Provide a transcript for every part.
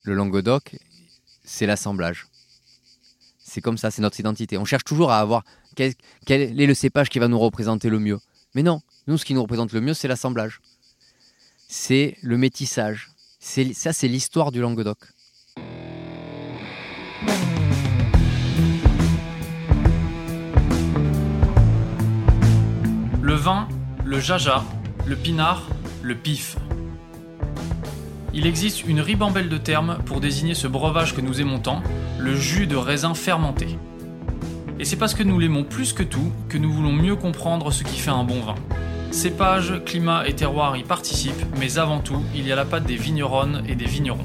le Languedoc, c'est l'assemblage. C'est comme ça, c'est notre identité. On cherche toujours à avoir quel est le cépage qui va nous représenter le mieux. Mais non, nous, ce qui nous représente le mieux, c'est l'assemblage. C'est le métissage. Ça, c'est l'histoire du Languedoc. Le vin, le jaja, le pinard, le pif. Il existe une ribambelle de termes pour désigner ce breuvage que nous aimons tant, le jus de raisin fermenté. Et c'est parce que nous l'aimons plus que tout que nous voulons mieux comprendre ce qui fait un bon vin. Cépage, climat et terroir y participent, mais avant tout, il y a la patte des vigneronnes et des vignerons.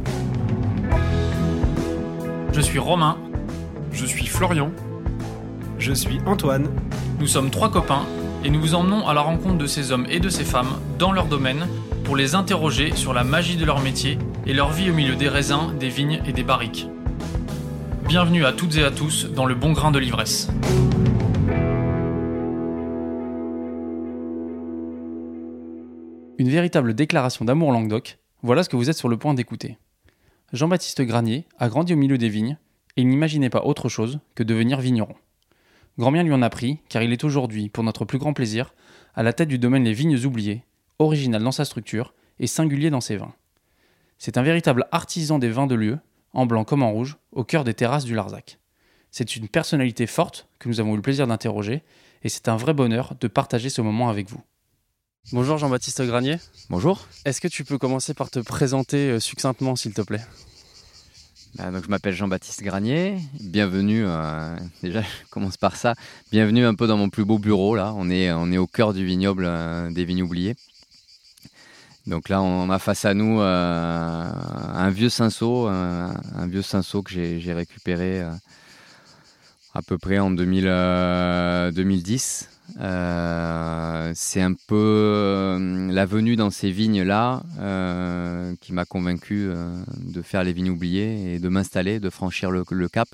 Je suis Romain. Je suis Florian. Je suis Antoine. Nous sommes 3 copains et nous vous emmenons à la rencontre de ces hommes et de ces femmes dans leur domaine pour les interroger sur la magie de leur métier et leur vie au milieu des raisins, des vignes et des barriques. Bienvenue à toutes et à tous dans le bon grain de l'ivresse. Une véritable déclaration d'amour au Languedoc, voilà ce que vous êtes sur le point d'écouter. Jean-Baptiste Granier a grandi au milieu des vignes et il n'imaginait pas autre chose que devenir vigneron. Grand bien lui en a pris, car il est aujourd'hui, pour notre plus grand plaisir, à la tête du domaine Les Vignes Oubliées, original dans sa structure et singulier dans ses vins. C'est un véritable artisan des vins de lieu, en blanc comme en rouge, au cœur des terrasses du Larzac. C'est une personnalité forte que nous avons eu le plaisir d'interroger, et c'est un vrai bonheur de partager ce moment avec vous. Bonjour Jean-Baptiste Granier. Bonjour. Est-ce que tu peux commencer par te présenter succinctement, s'il te plaît ? Donc je m'appelle Jean-Baptiste Granier, bienvenue, déjà je commence par ça, bienvenue un peu dans mon plus beau bureau, là, on est au cœur du vignoble des Vignes Oubliées. Donc là on a face à nous un vieux cinsault, un vieux cinsault que j'ai récupéré à peu près en 2010. C'est un peu la venue dans ces vignes-là qui m'a convaincu de faire les Vignes Oubliées et de m'installer, de franchir le cap.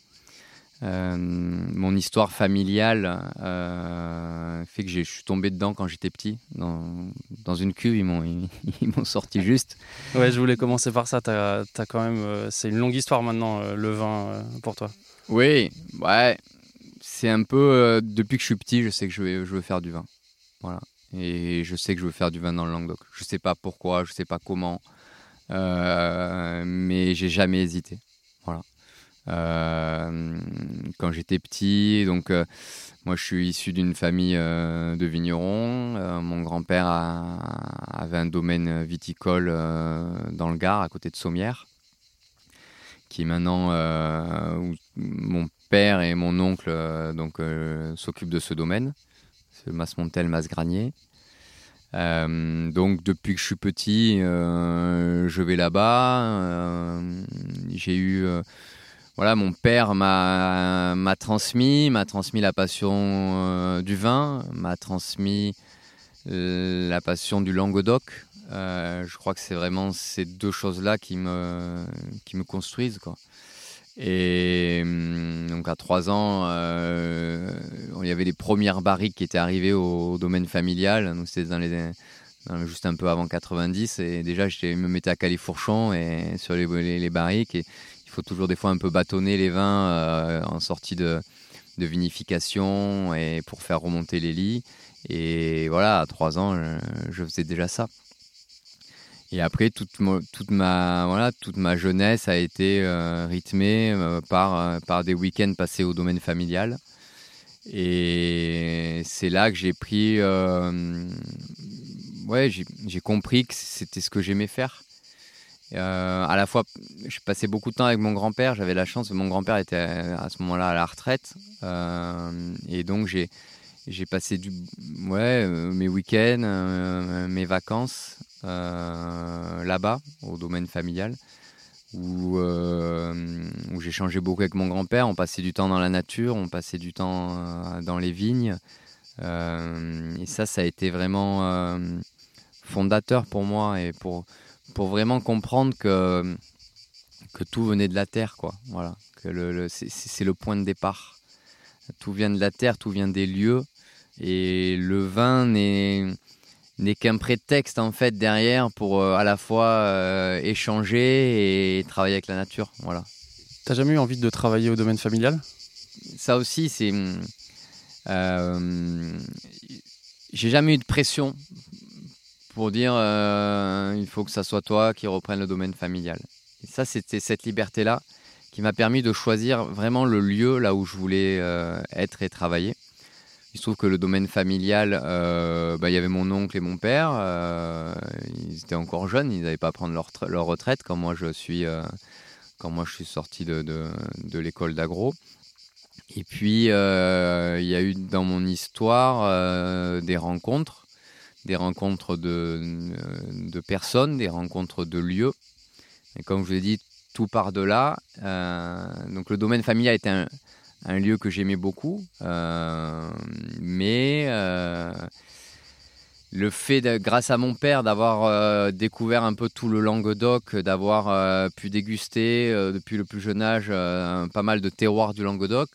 Mon histoire familiale fait que je suis tombé dedans quand j'étais petit. Dans une cuve, ils m'ont sorti juste. Ouais, je voulais commencer par ça. T'as quand même, c'est une longue histoire maintenant, le vin pour toi. Oui, ouais. C'est un peu, depuis que je suis petit, je sais que je veux faire du vin. Voilà. Et je sais que je veux faire du vin dans le Languedoc. Je ne sais pas pourquoi, je ne sais pas comment, mais j'ai jamais hésité. Voilà. Quand j'étais petit, donc moi je suis issu d'une famille de vignerons. Mon grand-père avait un domaine viticole dans le Gard, à côté de Sommières, qui est maintenant où mon père et mon oncle s'occupent de ce domaine, c'est le Mas-Montel, Mas-Granier. Donc depuis que je suis petit, je vais là-bas. J'ai eu, mon père m'a transmis la passion du vin, m'a transmis la passion du Languedoc. Je crois que c'est vraiment ces deux choses-là qui me construisent, quoi. Et donc à 3 ans, il y avait les premières barriques qui étaient arrivées au domaine familial. Donc c'était juste un peu avant 90. Et déjà, je me mettais à califourchon et sur les barriques. Et il faut toujours des fois un peu bâtonner les vins en sortie de vinification et pour faire remonter les lits. Et voilà, à 3 ans, je faisais déjà ça. Et après, toute ma jeunesse a été rythmée par des week-ends passés au domaine familial. Et c'est là que j'ai pris... j'ai compris que c'était ce que j'aimais faire. À la fois, je passais beaucoup de temps avec mon grand-père. J'avais la chance, mon grand-père était à ce moment-là à la retraite. Et donc, j'ai passé mes week-ends, mes vacances là-bas, au domaine familial, où j'échangeais beaucoup avec mon grand-père. On passait du temps dans la nature, on passait du temps dans les vignes. Et ça a été vraiment fondateur pour moi et pour vraiment comprendre que tout venait de la terre, quoi. Voilà, que c'est le point de départ. Tout vient de la terre, tout vient des lieux. Et le vin n'est qu'un prétexte en fait derrière pour à la fois échanger et travailler avec la nature. Voilà. T'as jamais eu envie de travailler au domaine familial ? Ça aussi, c'est... j'ai jamais eu de pression pour dire il faut que ça soit toi qui reprenne le domaine familial. Et ça, c'était cette liberté-là qui m'a permis de choisir vraiment le lieu là où je voulais être et travailler. Il se trouve que le domaine familial, il y avait mon oncle et mon père. Ils étaient encore jeunes, ils n'avaient pas à prendre leur retraite quand moi je suis sorti de l'école d'agro. Et puis, il y a eu dans mon histoire des rencontres de personnes, des rencontres de lieux. Et comme je vous ai dit, tout part de là. Donc le domaine familial était un lieu que j'aimais beaucoup, mais le fait, grâce à mon père, d'avoir découvert un peu tout le Languedoc, d'avoir pu déguster depuis le plus jeune âge pas mal de terroirs du Languedoc,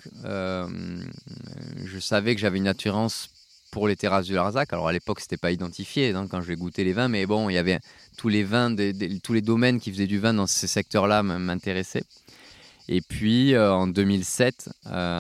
je savais que j'avais une attirance pour les terrasses du Larzac. Alors à l'époque, c'était pas identifié quand je vais goûter les vins, mais bon, il y avait tous les vins, tous les domaines qui faisaient du vin dans ces secteurs-là m'intéressaient. Et puis en 2007,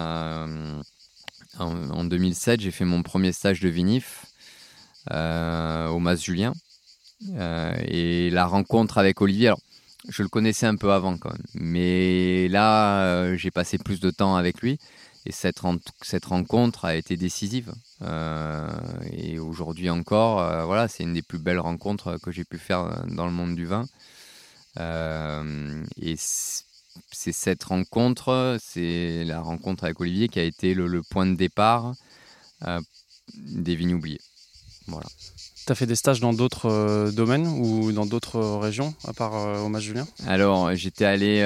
j'ai fait mon premier stage de vinif au Mas Julien. Et la rencontre avec Olivier, alors, je le connaissais un peu avant quand même, mais là, j'ai passé plus de temps avec lui. Et cette rencontre a été décisive. Et aujourd'hui encore, voilà, c'est une des plus belles rencontres que j'ai pu faire dans le monde du vin. Et c'est cette rencontre, c'est la rencontre avec Olivier qui a été le point de départ des vignes oubliées. Voilà. Tu as fait des stages dans d'autres domaines ou dans d'autres régions, à part au Mas Julien ? Alors, j'étais allé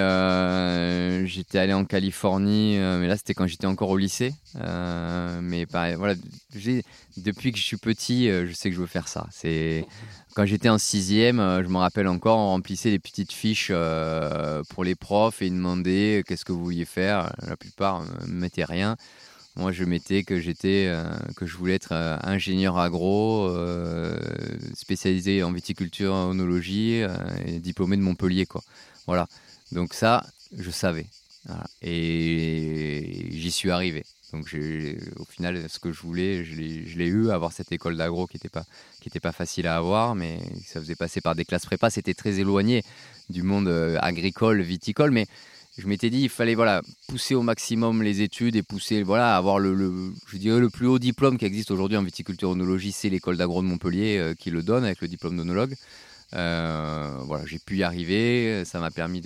en Californie, mais là, c'était quand j'étais encore au lycée. Mais pareil, voilà, depuis que je suis petit, je sais que je veux faire ça. Quand j'étais en 6e, je me rappelle encore, on remplissait les petites fiches pour les profs et ils demandaient qu'est-ce que vous vouliez faire. La plupart ne mettaient rien. Moi, je mettais que je voulais être ingénieur agro, spécialisé en viticulture, en œnologie, et diplômé de Montpellier, quoi. Voilà. Donc ça, je savais. Voilà. Et j'y suis arrivé. Donc au final, ce que je voulais, je l'ai eu. Avoir cette école d'agro qui était pas facile à avoir, mais ça faisait passer par des classes prépa. C'était très éloigné du monde agricole, viticole, mais je m'étais dit, il fallait pousser au maximum les études et pousser, avoir je dirais le plus haut diplôme qui existe aujourd'hui en viticulture œnologie, c'est l'école d'agro de Montpellier qui le donne avec le diplôme d'œnologue. J'ai pu y arriver, ça m'a permis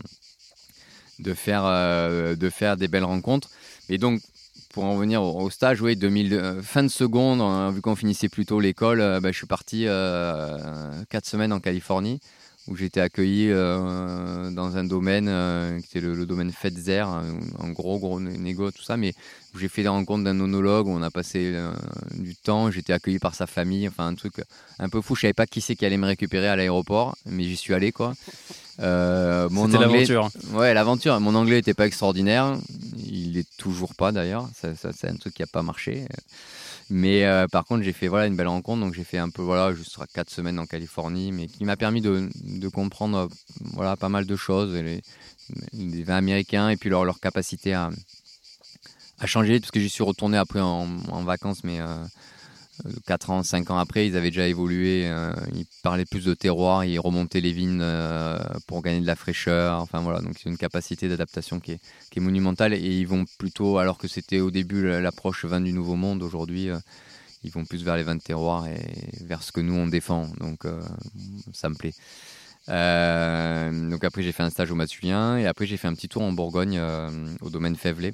de faire des belles rencontres. Et donc, pour en venir au stage, oui, fin de seconde, vu qu'on finissait plus tôt l'école, je suis parti 4 semaines en Californie, où j'étais accueilli dans un domaine qui était le domaine Fetzer, un gros négo, tout ça, mais où j'ai fait des rencontres d'un œnologue, où on a passé du temps, j'étais accueilli par sa famille, enfin un truc un peu fou, je savais pas qui c'est qui allait me récupérer à l'aéroport, mais j'y suis allé, quoi. C'était l'aventure. Ouais, l'aventure. Mon anglais n'était pas extraordinaire, il est toujours pas d'ailleurs, ça c'est un truc qui n'a pas marché. Mais par contre, j'ai fait une belle rencontre. Donc, j'ai fait un peu, juste 4 semaines en Californie, mais qui m'a permis de comprendre pas mal de choses. Les vins américains et puis leur capacité à changer. Parce que j'y suis retourné après en vacances, mais 4 ans, 5 ans après, ils avaient déjà évolué. Ils parlaient plus de terroir, ils remontaient les vignes pour gagner de la fraîcheur. Enfin, voilà, donc c'est une capacité d'adaptation qui est monumentale. Et ils vont plutôt, alors que c'était au début l'approche vin du Nouveau Monde, aujourd'hui, ils vont plus vers les vins de terroir et vers ce que nous, on défend. Donc, ça me plaît. Donc après, j'ai fait un stage au Mas Julien et après, j'ai fait un petit tour en Bourgogne au domaine Fèvelet.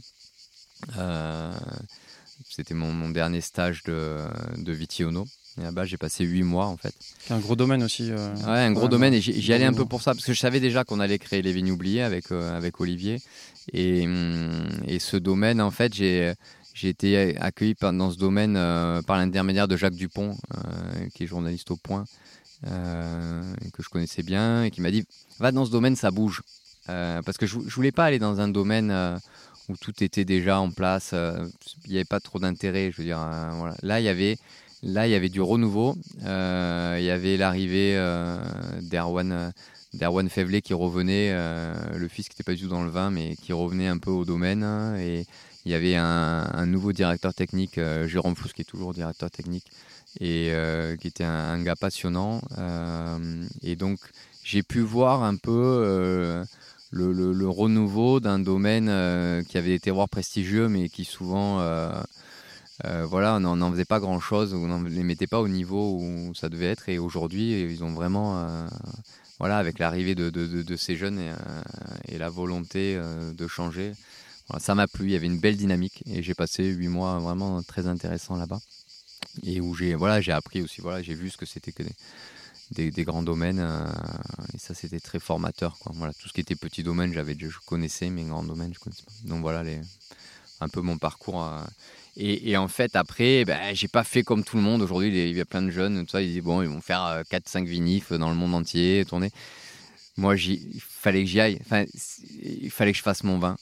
C'était mon dernier stage de Vitiono. Et là-bas, j'ai passé 8 mois, en fait. C'est un gros domaine aussi. Ouais, un gros domaine. Et j'y allais un peu pour ça, parce que je savais déjà qu'on allait créer les vignes oubliées avec Olivier. Et ce domaine, en fait, j'ai été accueilli dans ce domaine par l'intermédiaire de Jacques Dupont, qui est journaliste au Point, que je connaissais bien, et qui m'a dit « Va dans ce domaine, ça bouge ». Parce que je voulais pas aller dans un domaine où tout était déjà en place, il n'y avait pas trop d'intérêt, je veux dire. Voilà. Là, il y avait Là, il y avait du renouveau. Il y avait l'arrivée d'Erwan Fevlet qui revenait, le fils qui n'était pas du tout dans le vin, mais qui revenait un peu au domaine. Et il y avait un nouveau directeur technique, Jérôme Fous, qui est toujours directeur technique, et qui était un gars passionnant. Et donc, j'ai pu voir un peu le renouveau d'un domaine qui avait des terroirs prestigieux, mais qui souvent... voilà, on n'en faisait pas grand-chose, on ne les mettait pas au niveau où ça devait être. Et aujourd'hui, ils ont vraiment, voilà, avec l'arrivée de ces jeunes et la volonté de changer, voilà, ça m'a plu. Il y avait une belle dynamique et j'ai passé 8 mois vraiment très intéressants là-bas. Et où j'ai appris aussi, voilà, j'ai vu ce que c'était que des grands domaines. Et ça, c'était très formateur, quoi. Voilà, tout ce qui était petit domaine, je connaissais, mais grands domaines, je ne connaissais pas. Donc voilà, un peu mon parcours. Et en fait, après, j'ai pas fait comme tout le monde. Aujourd'hui, il y a plein de jeunes, tout ça, ils disent, bon, ils vont faire 4-5 vinifs dans le monde entier, tourner. Moi, il fallait que j'y aille. Enfin, il fallait que je fasse mon vin.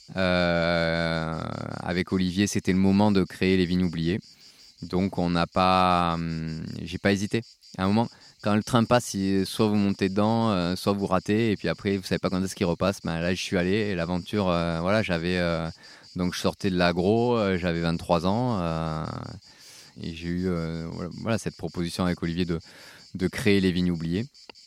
Avec Olivier, c'était le moment de créer les vignes oubliées. Donc, j'ai pas hésité. À un moment, quand le train passe, soit vous montez dedans, soit vous ratez. Et puis après, vous savez pas quand est-ce qu'il repasse. Là, je suis allé et l'aventure, voilà, j'avais... Donc je sortais de l'agro, j'avais 23 ans et j'ai eu voilà, cette proposition avec Olivier de créer les vignes oubliées.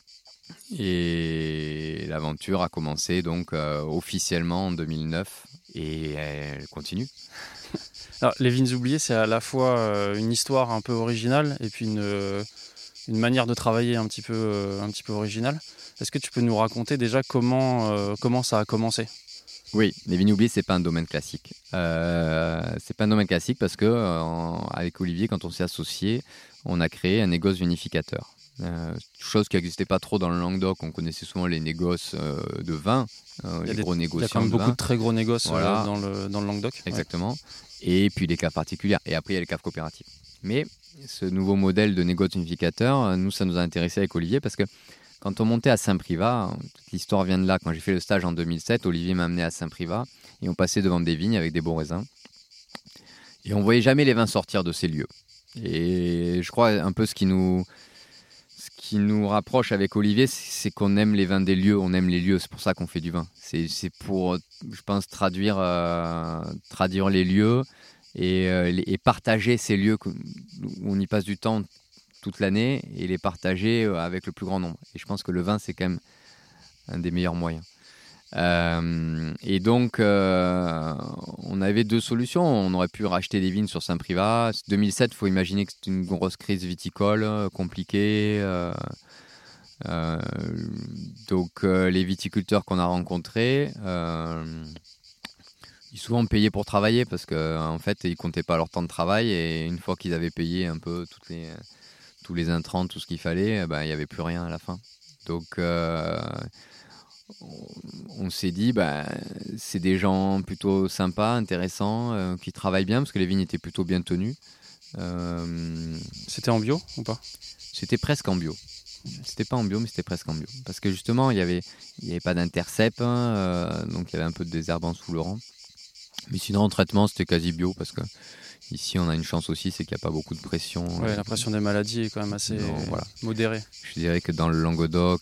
Et l'aventure a commencé donc officiellement en 2009 et elle continue. Alors, les vignes oubliées, c'est à la fois une histoire un peu originale et puis une manière de travailler un petit peu originale. Est-ce que tu peux nous raconter déjà comment ça a commencé ? Oui, les vignes oubliées, c'est pas un domaine classique. C'est pas un domaine classique parce que avec Olivier, quand on s'est associé, on a créé un négoce vinificateur. Chose qui n'existait pas trop dans le Languedoc. On connaissait souvent les négoces de vin, les gros négociants. Il y a quand même beaucoup de très gros négoces voilà. dans le Languedoc. Exactement. Ouais. Et puis les caves particulières. Et après, il y a les caves coopératives. Mais ce nouveau modèle de négoce vinificateur, nous, ça nous a intéressé avec Olivier parce que quand on montait à Saint-Privat, l'histoire vient de là. Quand j'ai fait le stage en 2007, Olivier m'a amené à Saint-Privat et on passait devant des vignes avec des beaux raisins. Et on ne voyait jamais les vins sortir de ces lieux. Et je crois un peu ce qui nous rapproche avec Olivier, c'est qu'on aime les vins des lieux, on aime les lieux. C'est pour ça qu'on fait du vin. C'est pour, je pense, traduire les lieux et partager ces lieux où on y passe du temps toute l'année et les partager avec le plus grand nombre. Et je pense que le vin, c'est quand même un des meilleurs moyens. Et donc, on avait deux solutions. On aurait pu racheter des vignes sur Saint-Privat. 2007, il faut imaginer que c'était une grosse crise viticole, compliquée. Donc, les viticulteurs qu'on a rencontrés, ils souvent payaient pour travailler parce qu'en fait, ils ne comptaient pas leur temps de travail. Et une fois qu'ils avaient payé un peu tous les intrants, tout ce qu'il fallait, il n'y avait plus rien à la fin. Donc, on s'est dit, c'est des gens plutôt sympas, intéressants, qui travaillent bien, parce que les vignes étaient plutôt bien tenues. C'était en bio ou pas ? C'était presque en bio. C'était pas en bio, mais c'était presque en bio. Parce que justement, il y avait pas d'intercept, donc il y avait un peu de désherbant sous le rang. Mais sinon, en traitement, c'était quasi bio, parce que ici, on a une chance aussi, c'est qu'il n'y a pas beaucoup de pression. Ouais, la pression des maladies est quand même assez modérée. Je dirais que dans le Languedoc,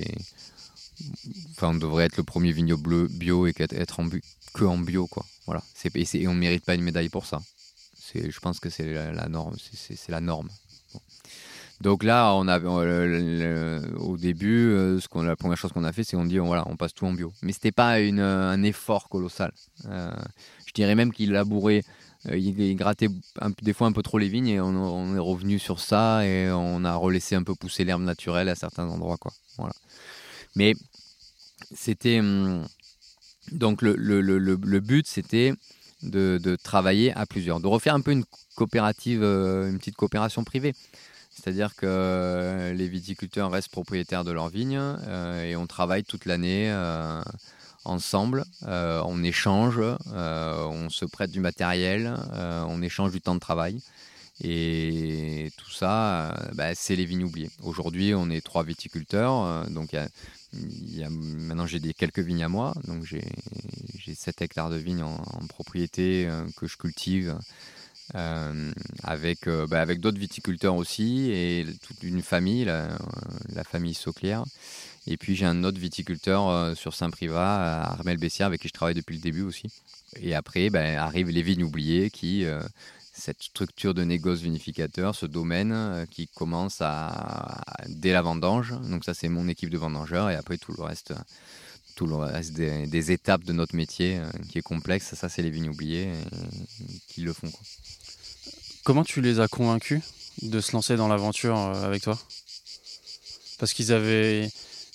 on devrait être le premier vignoble bio et être que en bio, quoi. Voilà. Et on ne mérite pas une médaille pour ça. Je pense que c'est la norme. C'est la norme. Bon. Donc là, on a au début, la première chose qu'on a fait, c'est qu'on dit on passe tout en bio. Mais c'était pas un effort colossal. Je dirais même qu'il labourait, il grattait des fois un peu trop les vignes et on est revenu sur ça et on a relaissé un peu pousser l'herbe naturelle à certains endroits, quoi. Voilà. Mais c'était donc le but, c'était de travailler à plusieurs, de refaire un peu une coopérative, une petite coopération privée. C'est-à-dire que les viticulteurs restent propriétaires de leurs vignes et on travaille toute l'année ensemble. On échange, on se prête du matériel, on échange du temps de travail. Et tout ça, c'est les vignes oubliées. Aujourd'hui, on est 3 viticulteurs. Donc, maintenant, j'ai quelques vignes à moi. Donc, j'ai 7 hectares de vignes en propriété que je cultive avec d'autres viticulteurs aussi et toute une famille, la famille Sauclière. Et puis j'ai un autre viticulteur sur Saint-Privat, Armel-Bessières, avec qui je travaille depuis le début aussi. Et après, arrivent les vignes oubliées cette structure de négoce vinificateur, ce domaine qui commence dès la vendange. Donc ça, c'est mon équipe de vendangeurs. Et après, tout le reste des étapes de notre métier qui est complexe, ça c'est les vignes oubliées qui le font, quoi. Comment tu les as convaincus de se lancer dans l'aventure avec toi ? Parce qu'ils avaient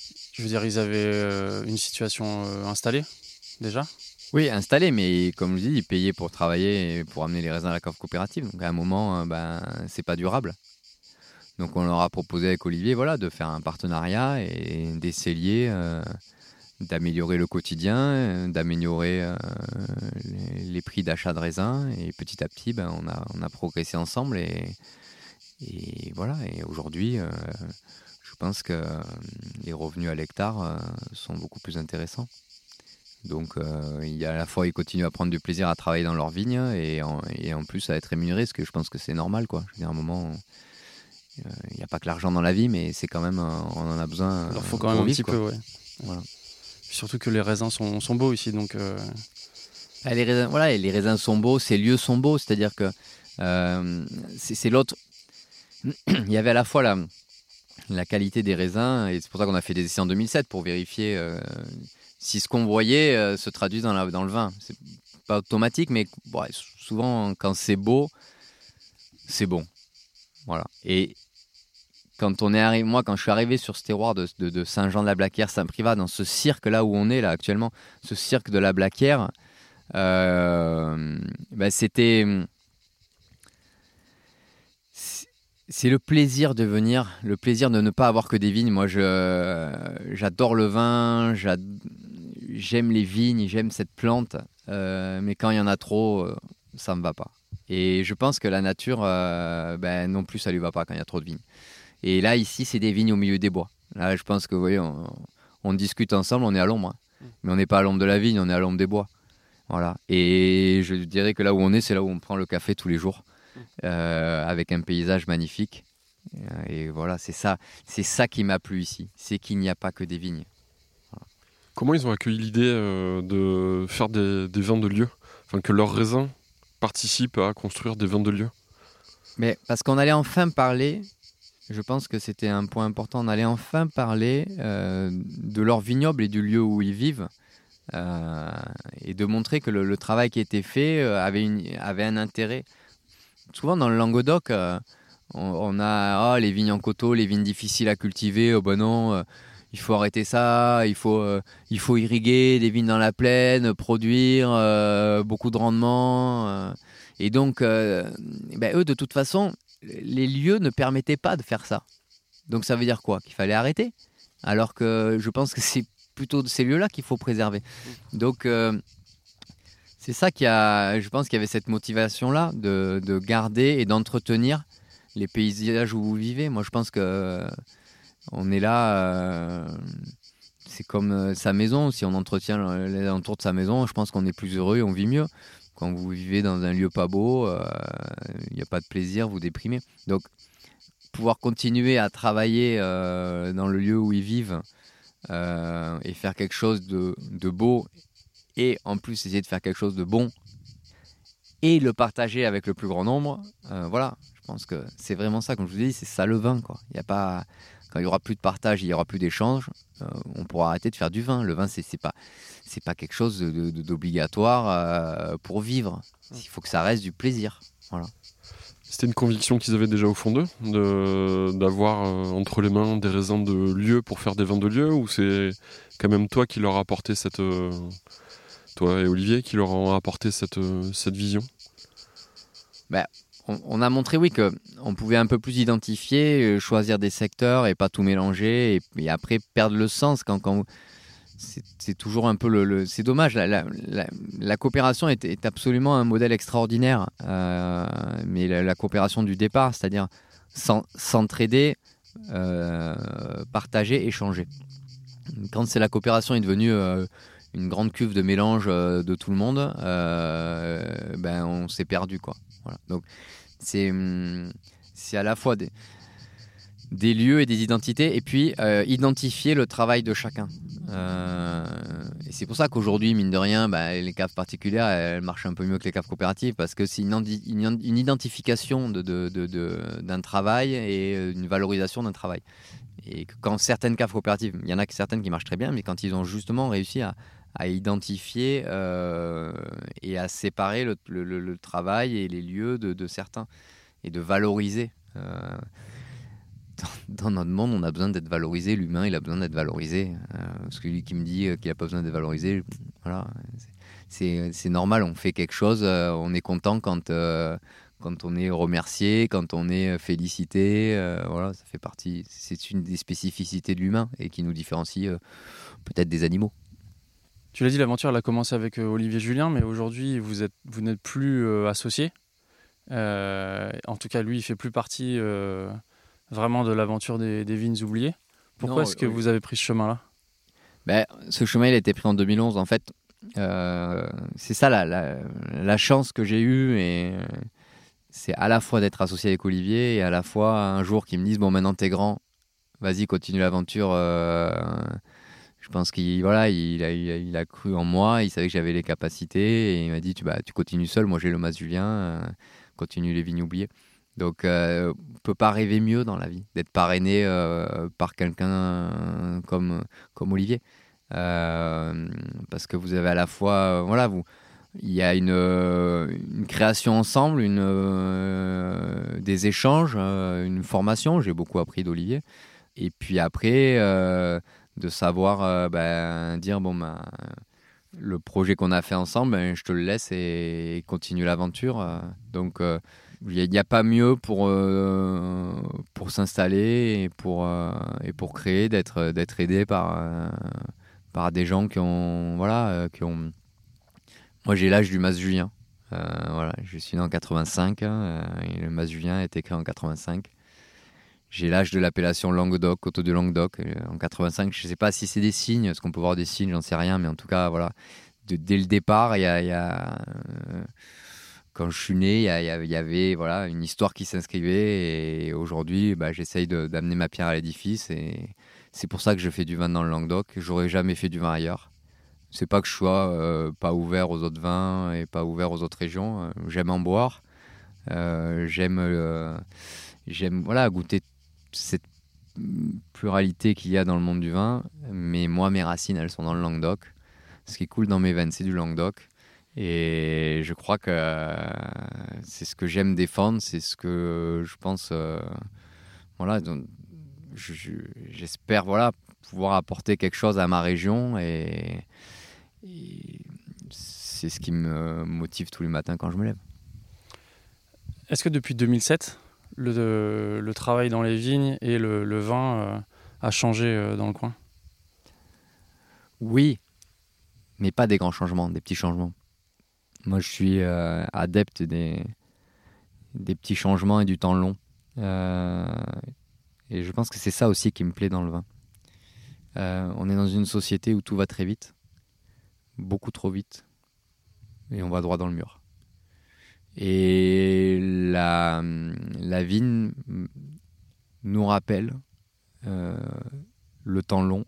une situation installée déjà ? Oui, installé, mais comme je dis, ils payaient pour travailler et pour amener les raisins à la cave coopérative. Donc à un moment, c'est pas durable. Donc on leur a proposé avec Olivier de faire un partenariat et d'essayer d'améliorer le quotidien, d'améliorer les prix d'achat de raisins. Et petit à petit, on a progressé ensemble. Et voilà. Et aujourd'hui, je pense que les revenus à l'hectare sont beaucoup plus intéressants. Donc à la fois ils continuent à prendre du plaisir à travailler dans leurs vignes et en plus à être rémunérés, parce que je pense que c'est normal, quoi. Je veux dire, à un moment, il n'y a pas que l'argent dans la vie, mais c'est quand même, on en a besoin. Alors il faut quand même un petit peu, ouais. Voilà. Surtout que les raisins sont beaux ici, donc. Les raisins, et les raisins sont beaux, ces lieux sont beaux, c'est-à-dire que c'est l'autre. Il y avait à la fois la qualité des raisins, et c'est pour ça qu'on a fait des essais en 2007 pour vérifier si ce qu'on voyait se traduit dans le vin. C'est pas automatique, mais souvent quand c'est beau, c'est bon. Voilà. Et quand je suis arrivé sur ce terroir de Saint-Jean-de-la-Blaquière, Saint-Privat, dans ce cirque là où on est là actuellement, ce cirque de la Blaquière, c'est le plaisir de venir, le plaisir de ne pas avoir que des vignes. Moi, j'adore le vin, j'aime les vignes, j'aime cette plante, mais quand il y en a trop, ça me va pas. Et je pense que la nature, non plus, ça lui va pas quand il y a trop de vignes. Et là, ici, c'est des vignes au milieu des bois. Là, je pense que, vous voyez, on discute ensemble, on est à l'ombre. Mais on n'est pas à l'ombre de la vigne, on est à l'ombre des bois. Voilà. Et je dirais que là où on est, c'est là où on prend le café tous les jours, avec un paysage magnifique. Et voilà, c'est ça qui m'a plu ici. C'est qu'il n'y a pas que des vignes. Voilà. Comment ils ont accueilli l'idée de faire des vins de lieu, enfin que leurs raisins participent à construire des vins de lieu? Mais parce qu'on allait enfin parler, je pense que c'était un point important, on allait enfin parler de leur vignoble et du lieu où ils vivent, et de montrer que le travail qui était fait avait un intérêt. Souvent dans le Languedoc, on a les vignes en coteaux, les vignes difficiles à cultiver, il faut arrêter ça, il faut irriguer des vignes dans la plaine, produire beaucoup de rendement. Et donc, eux, de toute façon, les lieux ne permettaient pas de faire ça. Donc ça veut dire quoi ? Qu'il fallait arrêter ? Alors que je pense que c'est plutôt ces lieux-là qu'il faut préserver. Donc c'est ça je pense qu'il y avait cette motivation-là de garder et d'entretenir les paysages où vous vivez. Moi, je pense que on est là, c'est comme sa maison. Si on entretient l'entour de sa maison, je pense qu'on est plus heureux et on vit mieux. Quand vous vivez dans un lieu pas beau, il n'y a pas de plaisir, vous déprimez. Donc, pouvoir continuer à travailler dans le lieu où ils vivent et faire quelque chose de beau, et en plus essayer de faire quelque chose de bon et le partager avec le plus grand nombre, voilà, je pense que c'est vraiment ça, comme je vous dis, c'est ça le vin, quoi. Il y a pas, quand il n'y aura plus de partage, il n'y aura plus d'échange, on pourra arrêter de faire du vin. Le vin, c'est pas quelque chose d'obligatoire pour vivre. Il faut que ça reste du plaisir. Voilà. C'était une conviction qu'ils avaient déjà au fond d'eux, d'avoir entre les mains des raisins de lieu pour faire des vins de lieu, ou c'est quand même toi qui leur a apporté toi et Olivier qui leur ont apporté cette vision? On a montré, oui, qu'on pouvait un peu plus identifier, choisir des secteurs et pas tout mélanger, et après perdre le sens quand c'est toujours un peu c'est dommage. La coopération est absolument un modèle extraordinaire, mais la coopération du départ, c'est-à-dire s'entraider, partager, échanger. Quand la coopération est devenue une grande cuve de mélange de tout le monde, on s'est perdu, quoi. Voilà. Donc c'est à la fois des lieux et des identités, et puis identifier le travail de chacun. Et c'est pour ça qu'aujourd'hui, mine de rien, les caves particulières, elles marchent un peu mieux que les caves coopératives, parce que c'est une identification d'un travail et une valorisation d'un travail. Et quand certaines caves coopératives, il y en a certaines qui marchent très bien, mais quand ils ont justement réussi à identifier et à séparer le travail et les lieux de certains, et de valoriser. Dans notre monde, on a besoin d'être valorisé. L'humain, il a besoin d'être valorisé. Celui qui me dit qu'il n'a pas besoin d'être valorisé, voilà, c'est normal. On fait quelque chose, on est content quand on est remercié, quand on est félicité. Voilà, ça fait partie. C'est une des spécificités de l'humain et qui nous différencie peut-être des animaux. Tu l'as dit, l'aventure elle a commencé avec Olivier Julien, mais aujourd'hui vous n'êtes plus associés. En tout cas, lui, il fait plus partie vraiment de l'aventure des vignes oubliées. Pourquoi est-ce que vous avez pris ce chemin-là ? Ce chemin, il a été pris en 2011. En fait, c'est ça la chance que j'ai eue, et c'est à la fois d'être associé avec Olivier et à la fois un jour qu'ils me disent maintenant t'es grand, vas-y, continue l'aventure. Je pense qu'il a cru en moi, il savait que j'avais les capacités, et il m'a dit tu continues seul, moi j'ai le Mas Julien, continue les vignes oubliées. Donc on ne peut pas rêver mieux dans la vie, d'être parrainé par quelqu'un comme Olivier, parce que vous avez à la fois il y a une création ensemble, des échanges, une formation. J'ai beaucoup appris d'Olivier, et puis après de savoir dire le projet qu'on a fait ensemble, je te le laisse et continue l'aventure. Donc il n'y a pas mieux pour s'installer et pour créer, d'être aidé par des gens qui ont. Moi, j'ai l'âge du Mas Julien. Je suis né en 85, et le Mas Julien a été créé en 85. J'ai l'âge de l'appellation Languedoc, Coteaux de Languedoc, en 85. Je ne sais pas si c'est des signes, est-ce qu'on peut voir des signes, j'en sais rien, mais en tout cas, voilà. Dès le départ, il y a quand je suis né, il y avait une histoire qui s'inscrivait, et aujourd'hui, j'essaye d'amener ma pierre à l'édifice, et c'est pour ça que je fais du vin dans le Languedoc. J'aurais jamais fait du vin ailleurs. C'est pas que je sois pas ouvert aux autres vins et pas ouvert aux autres régions. J'aime en boire, j'aime goûter cette pluralité qu'il y a dans le monde du vin, mais moi, mes racines, elles sont dans le Languedoc. Ce qui coule dans mes veines, c'est du Languedoc. Et je crois que c'est ce que j'aime défendre, c'est ce que je pense. Donc, j'espère pouvoir apporter quelque chose à ma région, et c'est ce qui me motive tous les matins quand je me lève. Est-ce que depuis 2007, le travail dans les vignes et le vin a changé dans le coin ? Oui, mais pas des grands changements, des petits changements. Moi, je suis adepte des petits changements et du temps long. Et je pense que c'est ça aussi qui me plaît dans le vin. On est dans une société où tout va très vite, beaucoup trop vite, et on va droit dans le mur. Et la vigne nous rappelle le temps long,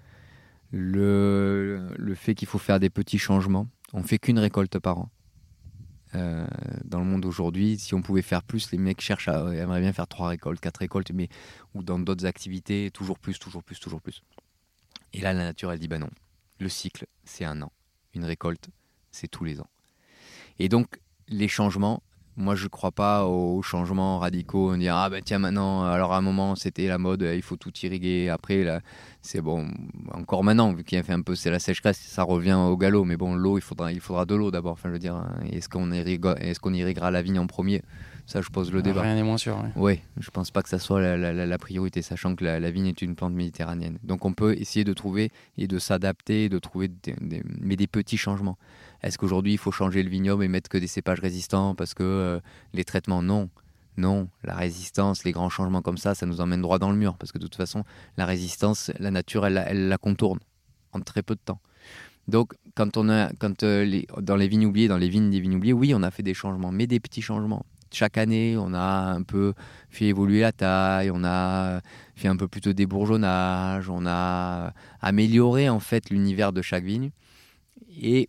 le fait qu'il faut faire des petits changements. On ne fait qu'une récolte par an. Dans le monde aujourd'hui, si on pouvait faire plus, les mecs aimeraient bien faire 3 récoltes, 4 récoltes, ou dans d'autres activités, toujours plus. Et là, la nature, elle dit non. Le cycle, c'est 1 an. Une récolte, c'est tous les ans. Et donc, les changements, moi, je ne crois pas aux changements radicaux. On dit, tiens, maintenant, alors à un moment, c'était la mode, il faut tout irriguer. Après, là, c'est bon, encore maintenant, vu qu'il y a fait un peu, c'est la sécheresse, ça revient au galop. Mais bon, l'eau, il faudra de l'eau d'abord. Enfin, je veux dire, est-ce qu'on irriguera la vigne en premier ? Ça, je pose le débat. Rien n'est moins sûr. Oui, je ne pense pas que ça soit la priorité, sachant que la vigne est une plante méditerranéenne. Donc, on peut essayer de trouver et de s'adapter, de trouver des petits changements. Est-ce qu'aujourd'hui, il faut changer le vignoble et mettre que des cépages résistants parce que les traitements, non. Non, la résistance, les grands changements comme ça nous emmène droit dans le mur. Parce que de toute façon, la résistance, la nature, elle la contourne en très peu de temps. Donc, dans les vignes oubliées, dans les vignes des vignes oubliées, oui, on a fait des changements, mais des petits changements. Chaque année, on a un peu fait évoluer la taille, on a fait un peu plus de débourgeonnage, on a amélioré en fait l'univers de chaque vigne. Et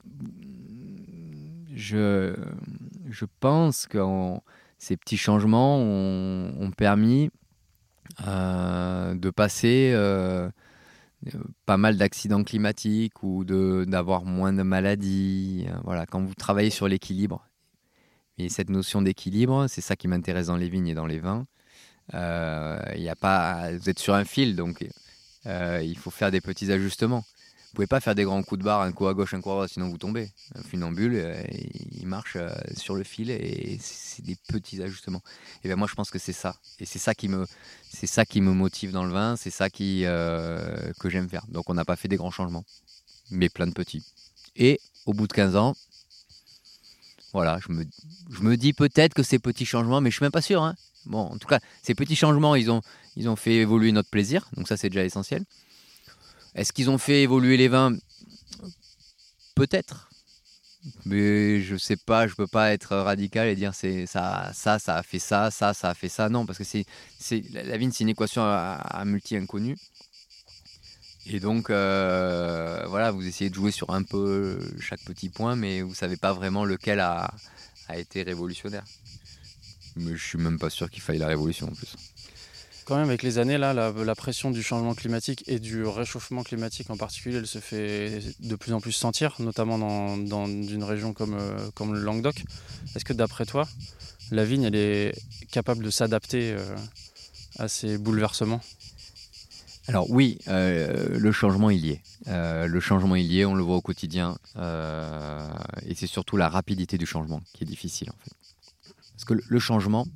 je pense que ces petits changements ont permis de passer pas mal d'accidents climatiques ou d'avoir moins de maladies. Voilà, quand vous travaillez sur l'équilibre, et cette notion d'équilibre, c'est ça qui m'intéresse dans les vignes et dans les vins. Y a pas, vous êtes sur un fil, donc il faut faire des petits ajustements. Vous pouvez pas faire des grands coups de barre, un coup à gauche, un coup à droite, sinon vous tombez. Un funambule, il marche sur le fil et c'est des petits ajustements. Et ben moi, je pense que c'est ça. Et c'est ça qui me motive dans le vin, c'est ça que j'aime faire. Donc on n'a pas fait des grands changements, mais plein de petits. Et au bout de 15 ans, voilà, je me dis peut-être que ces petits changements, mais je suis même pas sûr. Hein. Bon, en tout cas, ces petits changements, ils ont fait évoluer notre plaisir, donc ça c'est déjà essentiel. Est-ce qu'ils ont fait évoluer les vins ? Peut-être. Mais je sais pas, je peux pas être radical et dire ça a fait ça a fait ça. Non, parce que la vigne, c'est une équation à multi-inconnus. Et donc, voilà, vous essayez de jouer sur un peu chaque petit point, mais vous savez pas vraiment lequel a été révolutionnaire. Mais je suis même pas sûr qu'il faille la révolution en plus. Quand même, avec les années, là, la pression du changement climatique et du réchauffement climatique en particulier, elle se fait de plus en plus sentir, notamment dans une région comme le Languedoc. Est-ce que d'après toi, la vigne, elle est capable de s'adapter à ces bouleversements ? Alors oui, le changement il y est. Le changement il y est, on le voit au quotidien. Et c'est surtout la rapidité du changement qui est difficile en fait. Parce que le changement,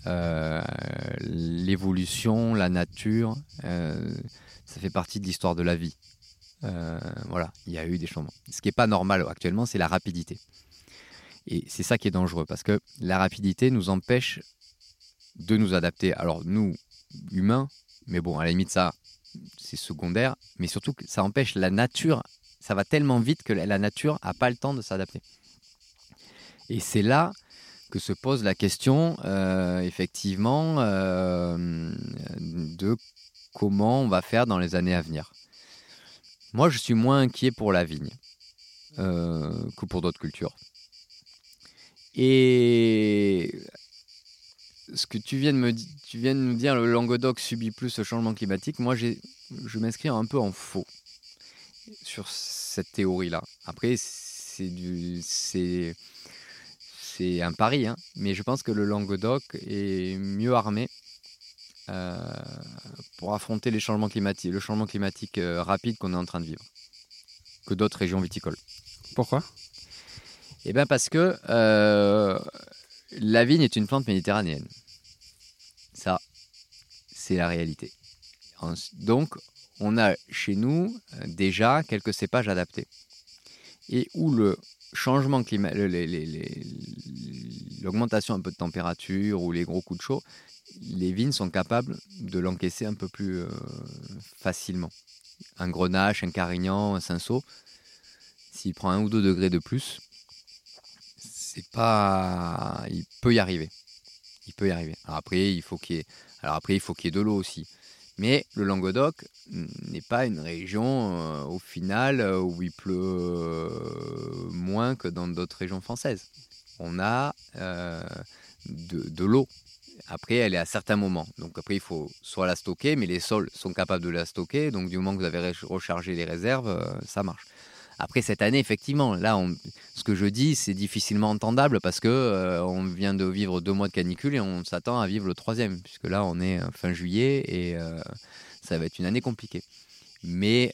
l'évolution, la nature, ça fait partie de l'histoire de la vie. Voilà, il y a eu des changements. Ce qui n'est pas normal actuellement, c'est la rapidité. Et c'est ça qui est dangereux, parce que la rapidité nous empêche de nous adapter. Alors nous, humains, mais bon, à la limite ça, c'est secondaire, mais surtout que ça empêche la nature, ça va tellement vite que la nature n'a pas le temps de s'adapter. Et c'est là que se pose la question, effectivement, de comment on va faire dans les années à venir. Moi, je suis moins inquiet pour la vigne que pour d'autres cultures. Et ce que tu viens de nous dire, le Languedoc subit plus ce changement climatique. Moi, je m'inscris un peu en faux sur cette théorie-là. Après, c'est un pari, hein, mais je pense que le Languedoc est mieux armé pour affronter le changement climatique rapide qu'on est en train de vivre que d'autres régions viticoles. Pourquoi ? Eh bien parce que la vigne est une plante méditerranéenne. Ça, c'est la réalité. Donc, on a chez nous déjà quelques cépages adaptés. Et où le changement climatique, l'augmentation un peu de température ou les gros coups de chaud, les vignes sont capables de l'encaisser un peu plus facilement. Un Grenache, un Carignan, un Cinsault, s'il prend 1 ou 2 degrés de plus, il peut y arriver. Alors après, il faut qu'il y ait de l'eau aussi. Mais le Languedoc n'est pas une région, au final, où il pleut moins que dans d'autres régions françaises. On a de l'eau. Après, elle est à certains moments. Donc après, il faut soit la stocker, mais les sols sont capables de la stocker. Donc du moment que vous avez rechargé les réserves, ça marche. Après, cette année, effectivement, là, ce que je dis, c'est difficilement entendable parce que on vient de vivre 2 mois de canicule et on s'attend à vivre le 3e, puisque là, on est fin juillet et ça va être une année compliquée. Mais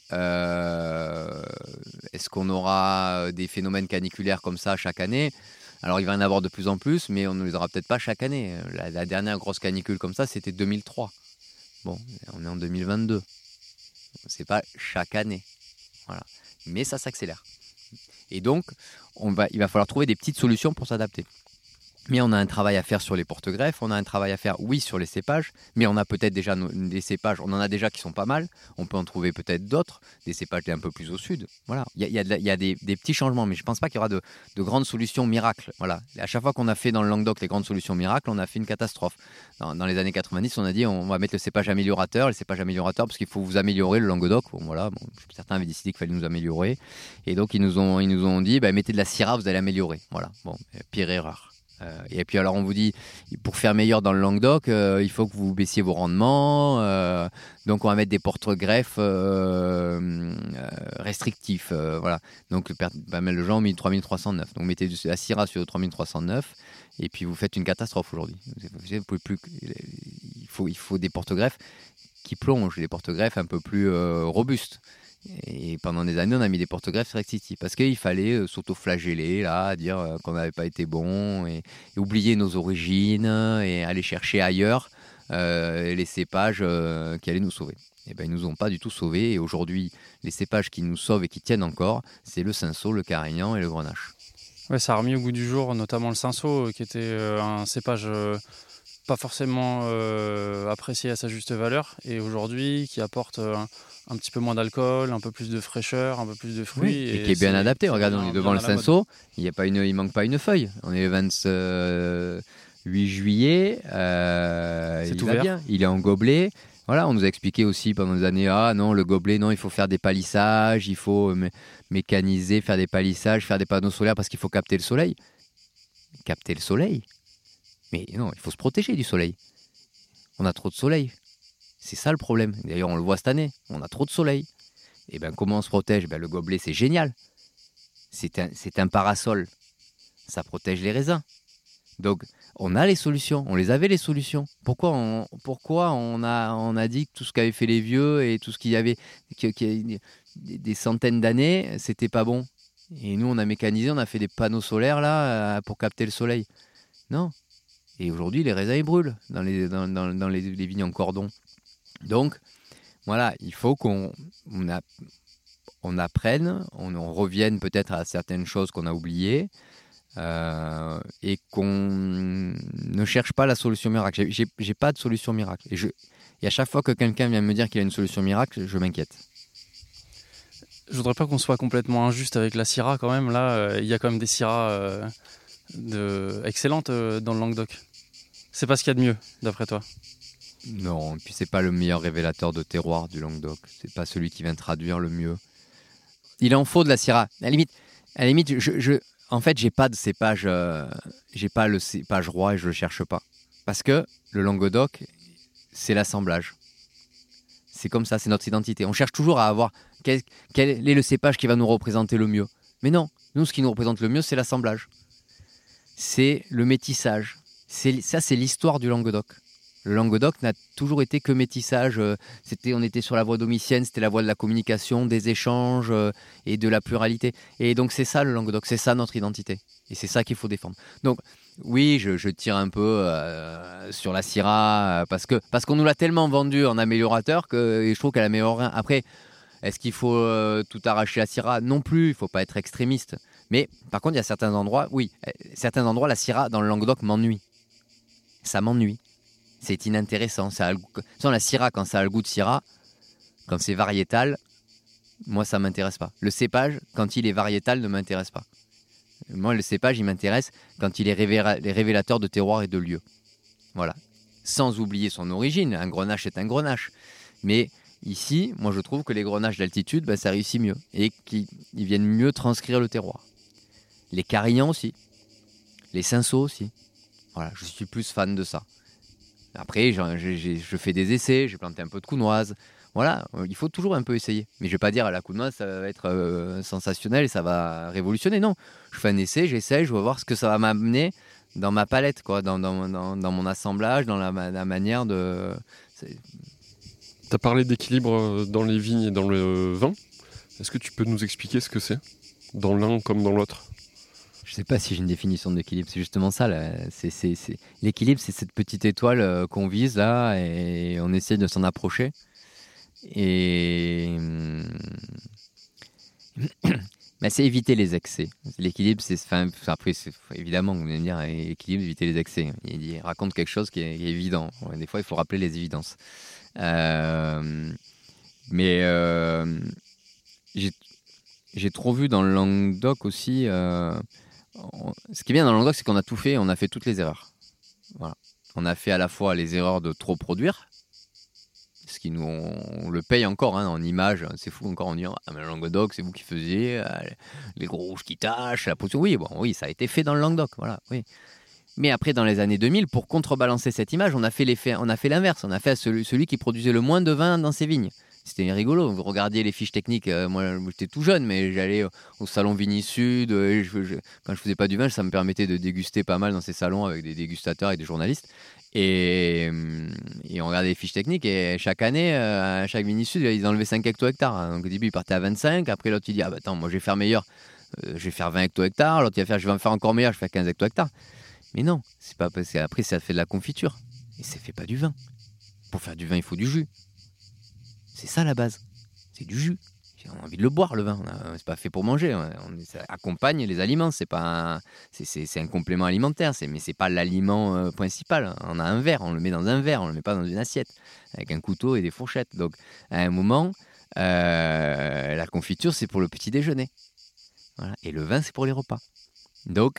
est-ce qu'on aura des phénomènes caniculaires comme ça chaque année ? Alors, il va y en avoir de plus en plus, mais on ne les aura peut-être pas chaque année. La dernière grosse canicule comme ça, c'était 2003. Bon, on est en 2022. C'est pas chaque année. Voilà. Mais ça s'accélère. Et donc, il va falloir trouver des petites solutions pour s'adapter. Mais on a un travail à faire sur les porte-greffes, on a un travail à faire, oui, sur les cépages, mais on a peut-être déjà des cépages, on en a déjà qui sont pas mal, on peut en trouver peut-être d'autres, des cépages un peu plus au sud. Voilà, il y a des petits changements, mais je ne pense pas qu'il y aura de grandes solutions miracles. Voilà. À chaque fois qu'on a fait dans le Languedoc les grandes solutions miracles, on a fait une catastrophe. Dans les années 90, on a dit on va mettre le cépage améliorateur, parce qu'il faut vous améliorer le Languedoc. Certains avaient décidé qu'il fallait nous améliorer, et donc ils nous ont dit mettez de la Syrah, vous allez améliorer. Voilà, pire erreur. Et puis alors on vous dit pour faire meilleur dans le Languedoc il faut que vous baissiez vos rendements, donc on va mettre des porte-greffes restrictifs, voilà. Donc pas mal de gens ont mis 3309, donc mettez de la Syrah sur 3309 et puis vous faites une catastrophe aujourd'hui. Vous pouvez plus, il faut des porte-greffes qui plongent, des porte-greffes un peu plus robustes. Et pendant des années, on a mis des porte-greffes restrictifs parce qu'il fallait s'auto-flageller, là, dire qu'on n'avait pas été bon et oublier nos origines et aller chercher ailleurs les cépages qui allaient nous sauver. Et ben, ils nous ont pas du tout sauvés. Et aujourd'hui, les cépages qui nous sauvent et qui tiennent encore, c'est le cinsault, le carignan et le grenache. Ouais, ça a remis au goût du jour, notamment le cinsault, qui était un cépage pas forcément apprécié à sa juste valeur, et aujourd'hui qui apporte un petit peu moins d'alcool, un peu plus de fraîcheur, un peu plus de fruits. Oui, et qui est bien adapté. Regarde, on est devant le cinsault, il manque pas une feuille. On est le 28 juillet, il va bien, il est en gobelet. Voilà, on nous a expliqué aussi pendant des années, le gobelet, non, il faut faire des palissages, il faut mécaniser, faire des palissages, faire des panneaux solaires parce qu'il faut capter le soleil. Capter le soleil ? Mais non, il faut se protéger du soleil. On a trop de soleil. C'est ça le problème. D'ailleurs, on le voit cette année. On a trop de soleil. Et bien, comment on se protège ? Le gobelet, c'est génial. C'est un parasol. Ça protège les raisins. Donc, on a les solutions. On les avait, les solutions. Pourquoi on a dit que tout ce qu'avaient fait les vieux et tout ce qu'il y avait des centaines d'années, c'était pas bon ? Et nous, on a mécanisé, on a fait des panneaux solaires là pour capter le soleil. Non. Et aujourd'hui, les raisins, ils brûlent dans les vignes en cordon. Donc, voilà, il faut qu'on apprenne, on revienne peut-être à certaines choses qu'on a oubliées et qu'on ne cherche pas la solution miracle. J'ai pas de solution miracle. Et à chaque fois que quelqu'un vient me dire qu'il a une solution miracle, je m'inquiète. Je voudrais pas qu'on soit complètement injuste avec la Syrah quand même. Là, il y a quand même des Syrahs excellentes dans le Languedoc. C'est pas ce qu'il y a de mieux, d'après toi ? Non, et puis c'est pas le meilleur révélateur de terroir du Languedoc. C'est pas celui qui vient traduire le mieux. Il en faut de la Syrah. À la limite, en fait, j'ai pas de cépage. J'ai pas le cépage roi et je le cherche pas. Parce que le Languedoc, c'est l'assemblage. C'est comme ça, c'est notre identité. On cherche toujours à avoir quel est le cépage qui va nous représenter le mieux. Mais non, nous, ce qui nous représente le mieux, c'est l'assemblage. C'est le métissage. Ça, c'est l'histoire du Languedoc. Le Languedoc n'a toujours été que métissage. On était sur la voie domitienne, c'était la voie de la communication, des échanges et de la pluralité. Et donc, c'est ça le Languedoc, c'est ça notre identité. Et c'est ça qu'il faut défendre. Donc, oui, je tire un peu sur la Syrah parce qu'on nous l'a tellement vendue en améliorateur que je trouve qu'elle améliore rien. Après, est-ce qu'il faut tout arracher la Syrah ? Non plus, il ne faut pas être extrémiste. Mais par contre, il y a certains endroits, la Syrah dans le Languedoc m'ennuie. Ça m'ennuie. C'est inintéressant. La Syrah, quand ça a le goût de Syrah, quand c'est variétal, moi, ça ne m'intéresse pas. Le cépage, quand il est variétal, ne m'intéresse pas. Moi, le cépage, il m'intéresse quand il est révélateur de terroir et de lieu. Voilà. Sans oublier son origine. Un grenache est un grenache. Mais ici, moi, je trouve que les grenaches d'altitude, ça réussit mieux. Et qu'ils viennent mieux transcrire le terroir. Les carignans aussi. Les cinsaults aussi. Voilà, je suis plus fan de ça. Après, je fais des essais, j'ai planté un peu de counoise. Voilà, il faut toujours un peu essayer. Mais je ne vais pas dire à la counoise, ça va être sensationnel et ça va révolutionner. Non, je fais un essai, j'essaye, je vais voir ce que ça va m'amener dans ma palette, quoi, dans mon assemblage, dans la manière de... Tu as parlé d'équilibre dans les vignes et dans le vin. Est-ce que tu peux nous expliquer ce que c'est, dans l'un comme dans l'autre ? Je ne sais pas si j'ai une définition d'équilibre, c'est justement ça. Là. L'équilibre, c'est cette petite étoile qu'on vise là et on essaie de s'en approcher. Et C'est éviter les excès. L'équilibre, après, évidemment, vous allez me dire, l'équilibre, éviter les excès. Il raconte quelque chose qui est évident. Ouais, des fois, il faut rappeler les évidences. J'ai trop vu dans le Languedoc aussi. Ce qui est bien dans le Languedoc, c'est qu'on a tout fait, on a fait toutes les erreurs. Voilà. On a fait à la fois les erreurs de trop produire, ce qui on le paye encore en images. C'est fou encore en disant mais le Languedoc, c'est vous qui faisiez les gros rouges qui tâchent, la potion. Oui, ça a été fait dans le Languedoc. Voilà, oui. Mais après, dans les années 2000, pour contrebalancer cette image, on a fait l'inverse. On a fait celui qui produisait le moins de vin dans ses vignes. C'était rigolo. Vous regardiez les fiches techniques. Moi, j'étais tout jeune, mais j'allais au salon Vigny Sud. Quand je faisais pas du vin, ça me permettait de déguster pas mal dans ces salons avec des dégustateurs et des journalistes. Et on regardait les fiches techniques. Et chaque année, à chaque Vigny Sud, ils enlevaient 5 hecto-hectares. Donc au début, ils partaient à 25. Après, l'autre, il dit attends, moi, je vais faire meilleur. Je vais faire 20 hecto-hectares. L'autre, il va faire je vais en faire encore meilleur. Je vais faire 15 hecto-hectares. Mais non, c'est pas parce qu'après, ça fait de la confiture. Et ça fait pas du vin. Pour faire du vin, il faut du jus. C'est ça la base. C'est du jus. On a envie de le boire, le vin. C'est pas fait pour manger. Ça accompagne les aliments. C'est un complément alimentaire. Mais c'est pas l'aliment principal. On a un verre. On le met dans un verre. On le met pas dans une assiette avec un couteau et des fourchettes. Donc, à un moment, la confiture, c'est pour le petit déjeuner. Voilà. Et le vin, c'est pour les repas. Donc,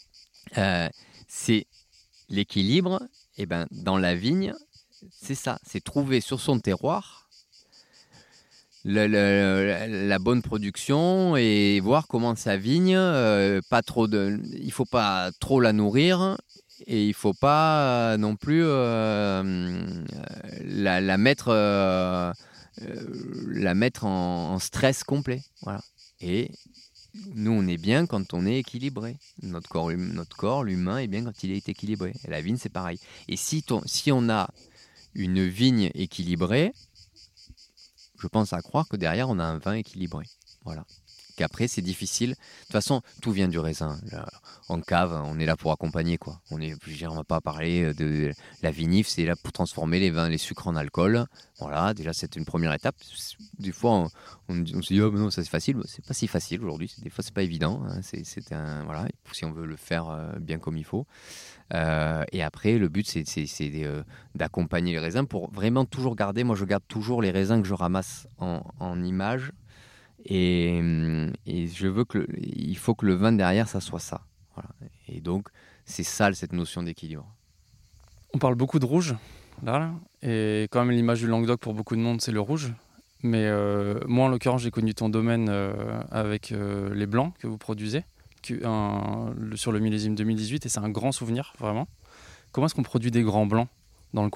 c'est l'équilibre. Et dans la vigne, c'est ça. C'est trouver sur son terroir la bonne production et voir comment sa vigne, il ne faut pas trop la nourrir et il ne faut pas non plus la mettre en stress complet. Voilà. Et nous, on est bien quand on est équilibré. Notre corps, l'humain, est bien quand il est équilibré. Et la vigne, c'est pareil. Et si on a une vigne équilibrée, je pense à croire que derrière, on a un vin équilibré. Voilà. Qu'après, c'est difficile. De toute façon, tout vient du raisin. En cave, on est là pour accompagner, quoi. On ne va pas parler de la vinif, c'est là pour transformer les sucres en alcool. Voilà, déjà, c'est une première étape. Des fois, on se dit, oh, mais non, ça c'est facile. C'est pas si facile aujourd'hui. Des fois, c'est pas évident. Voilà, si on veut le faire bien comme il faut. Et après, le but, c'est d'accompagner les raisins pour vraiment toujours garder. Moi, je garde toujours les raisins que je ramasse en images. Et je veux il faut que le vin derrière, ça soit ça. Voilà. Et donc, c'est ça, cette notion d'équilibre. On parle beaucoup de rouge, là. Et quand même, l'image du Languedoc, pour beaucoup de monde, c'est le rouge. Mais moi, en l'occurrence, j'ai connu ton domaine avec les blancs que vous produisez sur le millésime 2018. Et c'est un grand souvenir, vraiment. Comment est-ce qu'on produit des grands blancs dans le coin ?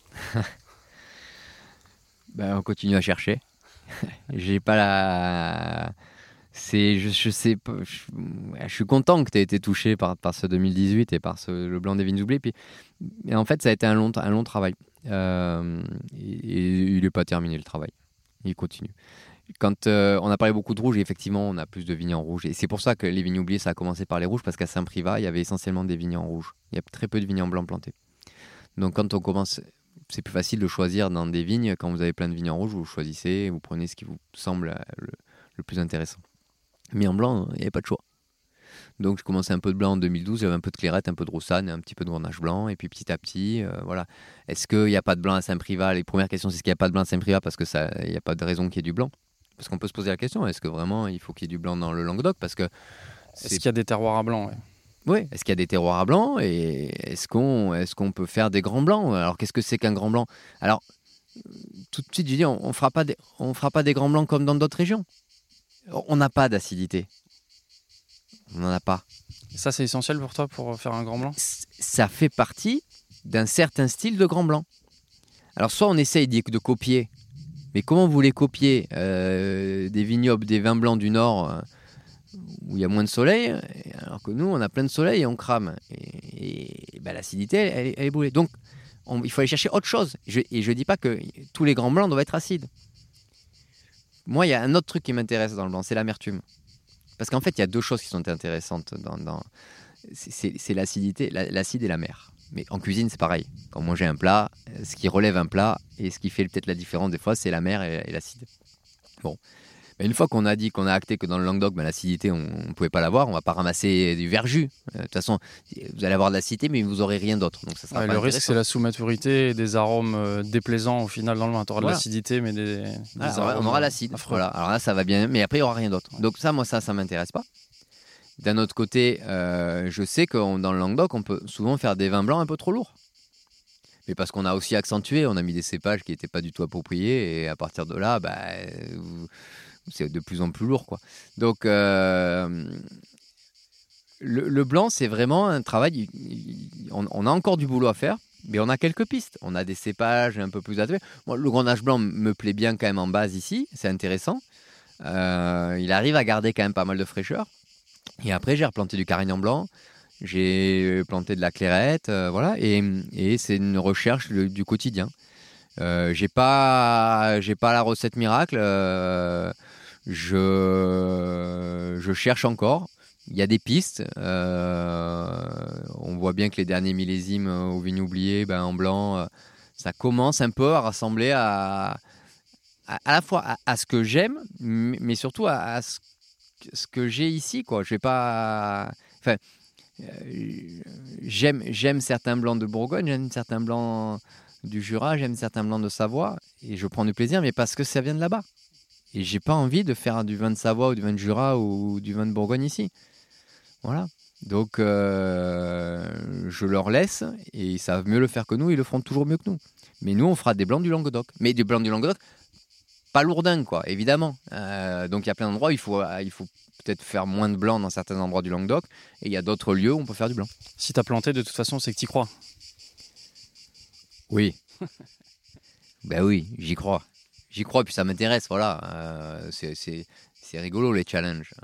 On continue à chercher. J'ai pas la. Je sais pas. Je suis content que tu aies été touché par ce 2018 et par le blanc des vignes oubliées. Et en fait, ça a été un long travail. Et il n'est pas terminé le travail. Il continue. Quand on a parlé beaucoup de rouge, effectivement, on a plus de vignes en rouge. Et c'est pour ça que les vignes oubliées, ça a commencé par les rouges, parce qu'à Saint-Privat, il y avait essentiellement des vignes en rouge. Il y a très peu de vignes en blanc plantées. Donc quand on commence. C'est plus facile de choisir dans des vignes. Quand vous avez plein de vignes en rouge, vous choisissez, vous prenez ce qui vous semble le plus intéressant. Mais en blanc, il n'y avait pas de choix. Donc je commençais un peu de blanc en 2012, j'avais un peu de clairette, un peu de roussanne, un petit peu de grenache blanc, et puis petit à petit, voilà. Est-ce qu'il n'y a pas de blanc à Saint-Privat ? Les premières questions, c'est est-ce qu'il n'y a pas de blanc à Saint-Privat parce qu'il n'y a pas de raison qu'il y ait du blanc ? Parce qu'on peut se poser la question, est-ce que vraiment il faut qu'il y ait du blanc dans le Languedoc ? Parce que est-ce qu'il y a des terroirs à blanc ? Oui, est-ce qu'il y a des terroirs à blanc et est-ce qu'on peut faire des grands blancs ? Alors, qu'est-ce que c'est qu'un grand blanc ? Alors, tout de suite, je dis, on fera pas des grands blancs comme dans d'autres régions. On n'a pas d'acidité. On n'en a pas. Ça, c'est essentiel pour toi pour faire un grand blanc ? Ça fait partie d'un certain style de grand blanc. Alors, soit on essaye de copier, mais comment vous voulez copier des vignobles, des vins blancs du Nord où il y a moins de soleil, alors que nous, on a plein de soleil et on crame. Et l'acidité, elle est boulée. Donc, il faut aller chercher autre chose. Et je ne dis pas que tous les grands blancs doivent être acides. Moi, il y a un autre truc qui m'intéresse dans le blanc, c'est l'amertume. Parce qu'en fait, il y a deux choses qui sont intéressantes. C'est l'acidité, l'acide et l'amer. Mais en cuisine, c'est pareil. Quand on mange un plat, ce qui relève un plat et ce qui fait peut-être la différence des fois, c'est l'amer et l'acide. Bon. Une fois qu'on a dit, qu'on a acté que dans le Languedoc, l'acidité, on ne pouvait pas l'avoir, on ne va pas ramasser du verjus. De toute façon, vous allez avoir de l'acidité, mais vous n'aurez rien d'autre. Donc ça sera pas le risque, c'est la sous-maturité et des arômes déplaisants au final dans le vin. Tu auras de l'acidité, mais des arômes. On aura l'acide. Voilà. Alors là, ça va bien, mais après, il n'y aura rien d'autre. Donc ça, moi, ça ne m'intéresse pas. D'un autre côté, je sais que dans le Languedoc, on peut souvent faire des vins blancs un peu trop lourds. Mais parce qu'on a aussi accentué, on a mis des cépages qui n'étaient pas du tout appropriés, et à partir de là, c'est de plus en plus lourd, quoi. Donc, le blanc, c'est vraiment un travail. On a encore du boulot à faire, mais on a quelques pistes. On a des cépages un peu plus adaptés. Moi, le Grenache blanc me plaît bien quand même en base ici, c'est intéressant. Il arrive à garder quand même pas mal de fraîcheur. Et après, j'ai replanté du Carignan blanc. J'ai planté de la clairette, voilà, et c'est une recherche du quotidien. J'ai pas la recette miracle. Je cherche encore. Il y a des pistes. On voit bien que les derniers millésimes au Vignes Oubliées, en blanc, ça commence un peu à rassembler à la fois à ce que j'aime, mais surtout à ce que j'ai ici, quoi. Je vais pas. Enfin. J'aime certains blancs de Bourgogne, j'aime certains blancs du Jura, j'aime certains blancs de Savoie, et je prends du plaisir, mais parce que ça vient de là-bas. Et j'ai pas envie de faire du vin de Savoie ou du vin de Jura ou du vin de Bourgogne ici. Voilà. Donc je leur laisse, et ils savent mieux le faire que nous, ils le feront toujours mieux que nous. Mais nous, on fera des blancs du Languedoc. Mais des blancs du Languedoc, pas lourdingues, quoi, évidemment. Donc il y a plein d'endroits où il faut peut-être faire moins de blanc dans certains endroits du Languedoc, et il y a d'autres lieux où on peut faire du blanc. Si tu as planté, de toute façon, c'est que tu y crois. Oui. Oui, j'y crois. J'y crois, puis ça m'intéresse, voilà. C'est rigolo, les challenges.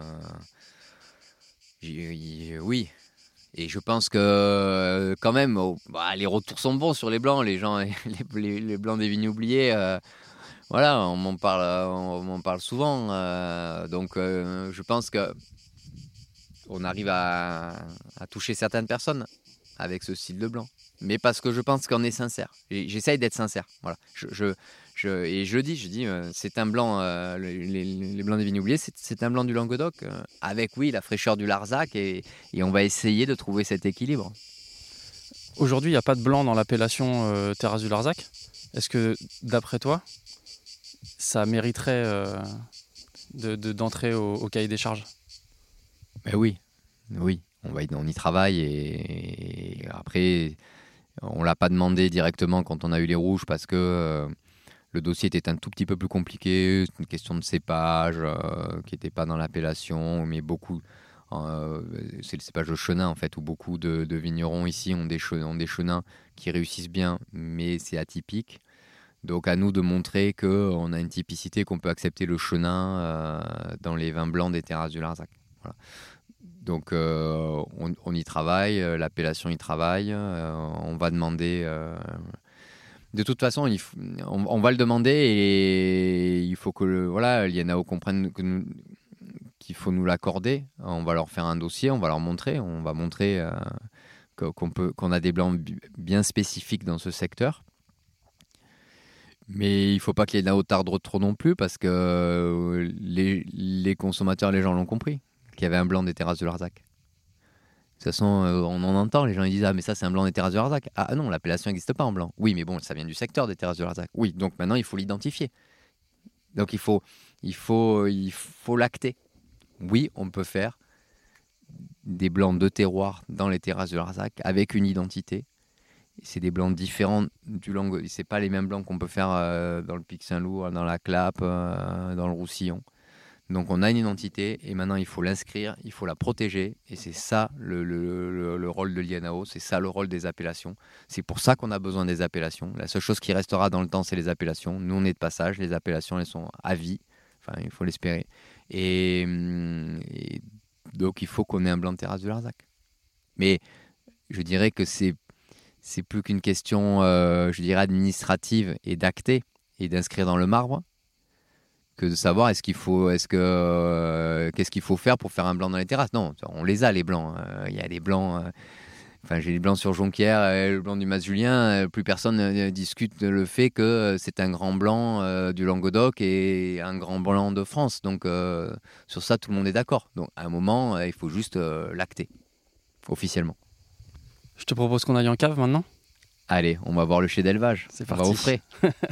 Oui. Et je pense que, quand même, les retours sont bons sur les blancs. Les gens, les blancs des Vignes Oubliées... Voilà, on m'en parle souvent. Donc, je pense que on arrive à toucher certaines personnes avec ce style de blanc. Mais parce que je pense qu'on est sincère. J'essaye d'être sincère. Voilà. Et je dis, c'est un blanc, les blancs des Vignes Oubliées, c'est un blanc du Languedoc, avec, oui, la fraîcheur du Larzac, et on va essayer de trouver cet équilibre. Aujourd'hui, il n'y a pas de blanc dans l'appellation Terrasse du Larzac. Est-ce que, d'après toi, ça mériterait d'entrer au cahier des charges? Oui, on y travaille, et après, on ne l'a pas demandé directement quand on a eu les rouges, parce que le dossier était un tout petit peu plus compliqué. C'est une question de cépage qui n'était pas dans l'appellation, mais beaucoup... c'est le cépage de chenin, en fait, où beaucoup de vignerons ici ont des chenins qui réussissent bien, mais c'est atypique. Donc à nous de montrer qu'on a une typicité, qu'on peut accepter le chenin dans les vins blancs des Terrasses du Larzac. Voilà. Donc on y travaille, l'appellation y travaille, on va demander... De toute façon, on va le demander, et il faut que l'INAO comprenne qu'il faut nous l'accorder. On va leur faire un dossier, on va leur montrer, qu'on a des blancs bien spécifiques dans ce secteur. Mais il ne faut pas que l'INAO tarde trop non plus, parce que les consommateurs, les gens l'ont compris, qu'il y avait un blanc des Terrasses de Larzac. De toute façon, on en entend, les gens ils disent « Ah, mais ça, c'est un blanc des Terrasses de Larzac. » Ah non, l'appellation n'existe pas en blanc. Oui, mais bon, ça vient du secteur des Terrasses de Larzac. Oui, donc maintenant, il faut l'identifier. Donc il faut l'acter. Oui, on peut faire des blancs de terroir dans les Terrasses de Larzac avec une identité. C'est des blancs différents du Languedoc. C'est pas les mêmes blancs qu'on peut faire dans le Pic Saint-Loup, dans la Clappe, dans le Roussillon. Donc on a une identité, et maintenant il faut l'inscrire, il faut la protéger, et c'est ça le rôle de l'INAO, c'est ça le rôle des appellations. C'est pour ça qu'on a besoin des appellations. La seule chose qui restera dans le temps, c'est les appellations. Nous, on est de passage, les appellations, elles sont à vie, enfin il faut l'espérer. Et donc il faut qu'on ait un blanc de Terrasse du Larzac. Mais je dirais que c'est plus qu'une question, administrative et d'acter et d'inscrire dans le marbre, que de savoir qu'est-ce qu'il faut faire pour faire un blanc dans les terrasses. Non, on les a, les blancs. Il y a des blancs j'ai les blancs sur Jonquière et le blanc du Mas-Julien. Plus personne discute le fait que c'est un grand blanc du Languedoc et un grand blanc de France. Donc, sur ça, tout le monde est d'accord. Donc, à un moment, il faut juste l'acter, officiellement. Je te propose qu'on aille en cave maintenant. Allez, on va voir le chai d'élevage. C'est On parti. va au frais.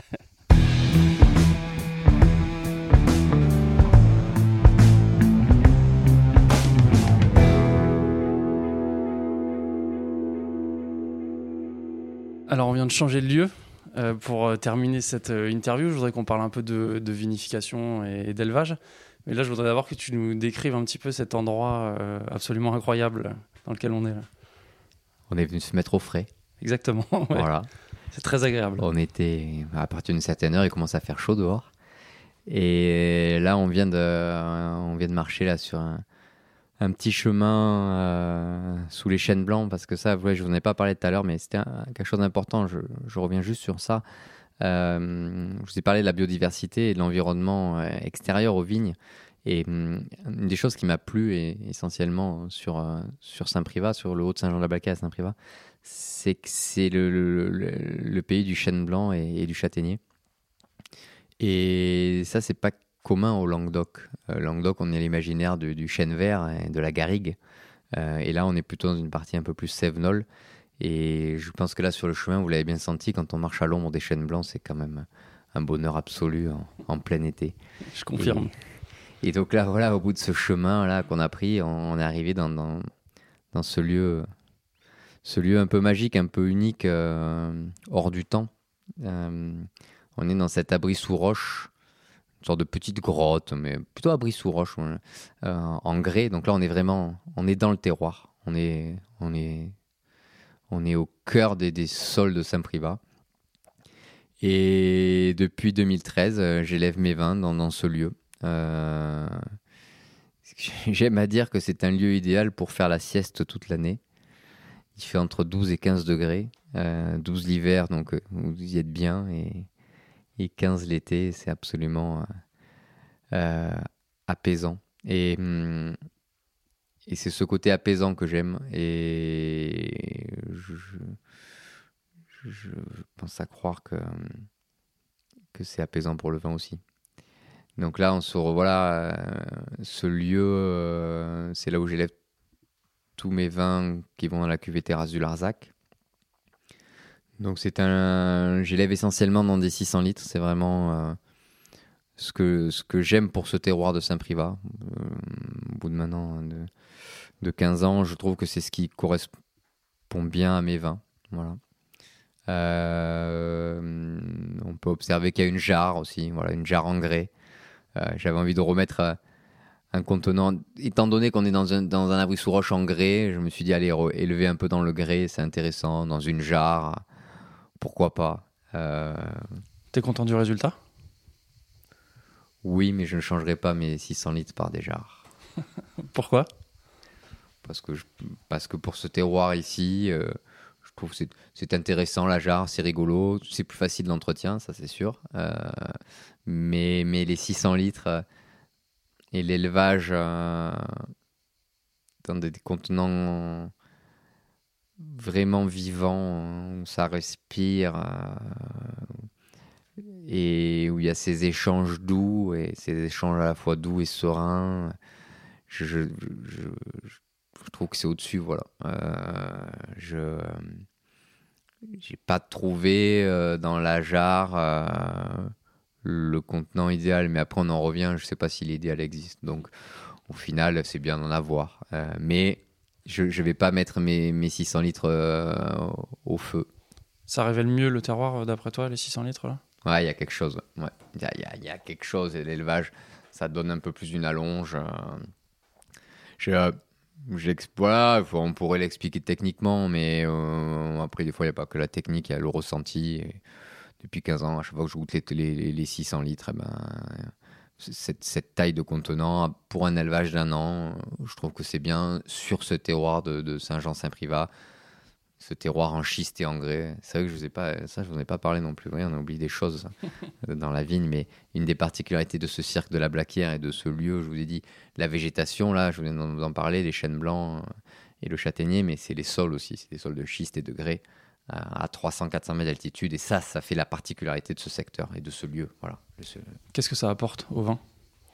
Alors, on vient de changer de lieu. Pour terminer cette interview, je voudrais qu'on parle un peu de vinification et d'élevage. Mais là, je voudrais d'abord que tu nous décrives un petit peu cet endroit absolument incroyable dans lequel on est là. On est venu se mettre au frais. Exactement. Ouais. Voilà. C'est très agréable. On était à partir d'une certaine heure, il commence à faire chaud dehors. Et là, on vient de marcher là sur un petit chemin sous les chênes blancs, parce que ça, ouais, je vous en ai pas parlé tout à l'heure, mais c'était quelque chose d'important. Je reviens juste sur ça. Je vous ai parlé de la biodiversité et de l'environnement extérieur aux vignes. Et une des choses qui m'a plu essentiellement sur Saint-Privat, sur le haut de Saint-Jean-de-la-Balcaie à Saint-Privat, c'est que c'est le pays du chêne blanc et du châtaignier. Et ça, c'est pas commun au Languedoc. Languedoc, on est l'imaginaire du chêne vert et de la garrigue. Et là, on est plutôt dans une partie un peu plus cévenole. Et je pense que là, sur le chemin, vous l'avez bien senti, quand on marche à l'ombre des chênes blancs, c'est quand même un bonheur absolu en plein été. Je confirme. Et donc là, voilà, au bout de ce chemin là qu'on a pris, on est arrivé dans ce lieu un peu magique, un peu unique, hors du temps. On est dans cet abri sous roche, une sorte de petite grotte, mais plutôt abri sous roche, en grès. Donc là, on est dans le terroir. On est au cœur des sols de Saint-Privat. Et depuis 2013, j'élève mes vins dans ce lieu. J'aime à dire que c'est un lieu idéal pour faire la sieste toute l'année. Il fait entre 12 et 15 degrés, 12 l'hiver, donc vous y êtes bien, et 15 l'été, c'est absolument apaisant. Et c'est ce côté apaisant que j'aime, et je pense à croire que c'est apaisant pour le vin aussi. Donc là, on se revoit, ce lieu, c'est là où j'élève tous mes vins qui vont dans la cuvée Terrasse du Larzac. Donc j'élève essentiellement dans des 600 litres. C'est vraiment ce que j'aime pour ce terroir de Saint-Privat. Au bout de maintenant de 15 ans, je trouve que c'est ce qui correspond bien à mes vins. Voilà. On peut observer qu'il y a une jarre aussi, voilà, une jarre en grès. J'avais envie de remettre un contenant. Étant donné qu'on est dans un abri sous roche en grès, je me suis dit, allez, élever un peu dans le grès, c'est intéressant, dans une jarre, pourquoi pas. T'es content du résultat ? Oui, mais je ne changerai pas mes 600 litres par des jarres. Pourquoi ? Parce que pour ce terroir ici, je trouve que c'est intéressant, la jarre, c'est rigolo, c'est plus facile d'entretien, ça c'est sûr. Mais les 600 litres et l'élevage dans des contenants vraiment vivants, où ça respire, et où il y a ces échanges doux, et ces échanges à la fois doux et sereins, je trouve que c'est au-dessus, voilà. J'ai pas trouvé dans la jarre le contenant idéal, mais après on en revient, je sais pas si l'idéal existe, donc au final c'est bien d'en avoir, mais je vais pas mettre mes 600 litres au feu. Ça révèle mieux le terroir d'après toi, les 600 litres là ? Ouais, il y a quelque chose, ouais. Il y a quelque chose, et l'élevage ça donne un peu plus d'une allonge. Voilà, on pourrait l'expliquer techniquement, mais après des fois il n'y a pas que la technique, il y a le ressenti. Et depuis 15 ans, à chaque fois que je goûte les 600 litres, cette taille de contenant, pour un élevage d'un an, je trouve que c'est bien sur ce terroir de Saint-Jean-Saint-Privat, ce terroir en schiste et en grès. C'est vrai que je vous ai pas parlé non plus. Oui, on a oublié des choses dans la vigne, mais une des particularités de ce cirque de la Blaquière et de ce lieu, je vous ai dit, la végétation, là, je viens d'en parler, les chênes blancs et le châtaignier, mais c'est les sols aussi, c'est des sols de schiste et de grès à 300-400 mètres d'altitude, et ça fait la particularité de ce secteur et de ce lieu. Voilà. Qu'est-ce que ça apporte au vin ?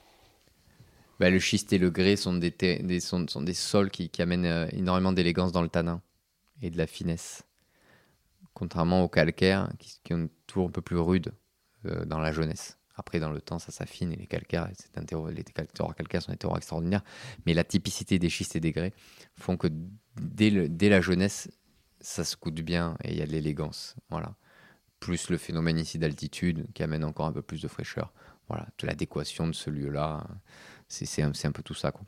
Le schiste et le grès sont des sols qui amènent énormément d'élégance dans le tanin et de la finesse, contrairement au calcaire qui est toujours un peu plus rude dans la jeunesse. Après, dans le temps, ça s'affine et les calcaires sont des terroirs extraordinaires. Mais la typicité des schistes et des grès font que dès la jeunesse, ça se goûte bien et il y a de l'élégance. Voilà. Plus le phénomène ici d'altitude qui amène encore un peu plus de fraîcheur. Voilà, de l'adéquation de ce lieu-là, c'est un peu tout ça, quoi.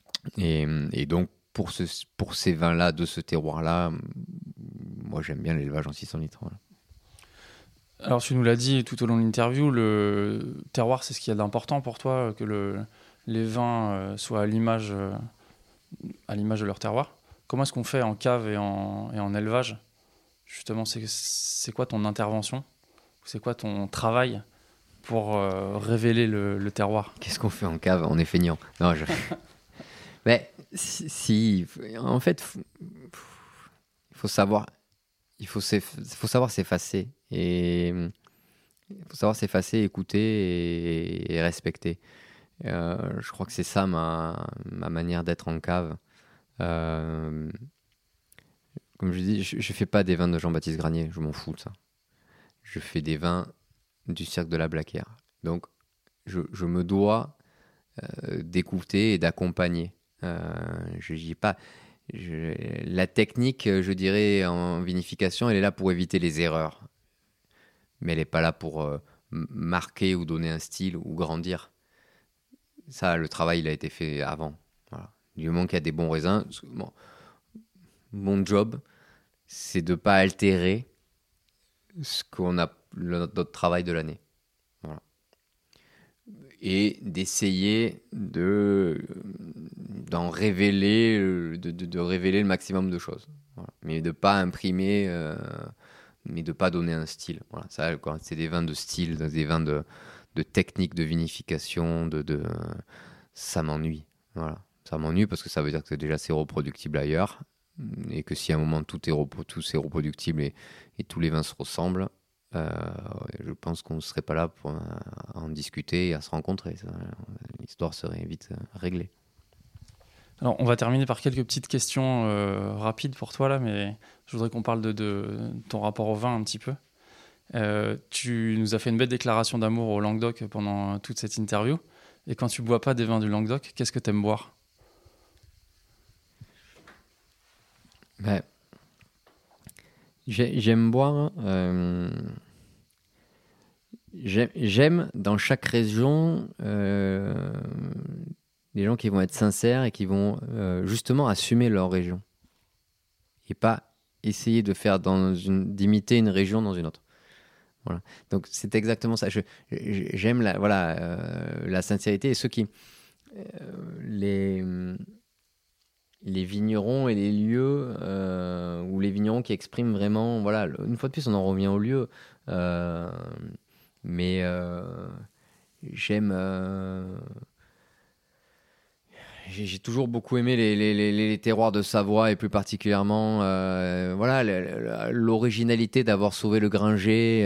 Et donc, pour ces vins-là, de ce terroir-là, moi j'aime bien l'élevage en 600 litres. Voilà. Alors tu nous l'as dit tout au long de l'interview, le terroir c'est ce qu'il y a d'important pour toi, que les vins soient à l'image de leur terroir. Comment est-ce qu'on fait en cave et en élevage ? Justement, c'est quoi ton intervention ? C'est quoi ton travail pour révéler le terroir ? Qu'est-ce qu'on fait en cave ? On est feignant. Non, Mais si, en fait, il faut savoir s'effacer. Et il faut savoir s'effacer, écouter et respecter. Je crois que c'est ça ma manière d'être en cave. Comme je dis, je fais pas des vins de Jean-Baptiste Granier, je m'en fous de ça. Je fais des vins du Cercle de la Blaquière. Donc, je me dois d'écouter et d'accompagner. Je dis pas... la technique, je dirais, en vinification, elle est là pour éviter les erreurs. Mais elle n'est pas là pour marquer ou donner un style ou grandir. Ça, le travail, il a été fait avant. Voilà. Du moment qu'il y a des bons raisins, mon job, c'est de ne pas altérer ce qu'on a, notre travail de l'année. Voilà. Et d'essayer d'en révéler, de révéler le maximum de choses. Voilà. Mais de ne pas imprimer, mais de ne pas donner un style. Voilà. Ça, quand c'est des vins de style, des vins de technique de vinification, ça m'ennuie. Voilà. Ça m'ennuie parce que ça veut dire que déjà c'est reproductible ailleurs et que si à un moment tout c'est reproductible et tous les vins se ressemblent, je pense qu'on ne serait pas là pour en discuter et à se rencontrer. L'histoire serait vite réglée. Alors, on va terminer par quelques petites questions rapides pour toi, là, mais je voudrais qu'on parle de ton rapport au vin un petit peu. Tu nous as fait une belle déclaration d'amour au Languedoc pendant toute cette interview. Et quand tu ne bois pas des vins du Languedoc, qu'est-ce que tu aimes boire ? J'aime boire... J'aime dans chaque région les gens qui vont être sincères et qui vont justement assumer leur région et pas essayer de faire d'imiter une région dans une autre. Voilà. Donc c'est exactement ça. J'aime la sincérité et ceux qui les vignerons et les lieux ou les vignerons qui expriment vraiment, voilà, une fois de plus on en revient au lieu, mais j'ai toujours beaucoup aimé les terroirs de Savoie et plus particulièrement l'originalité d'avoir sauvé le Gringer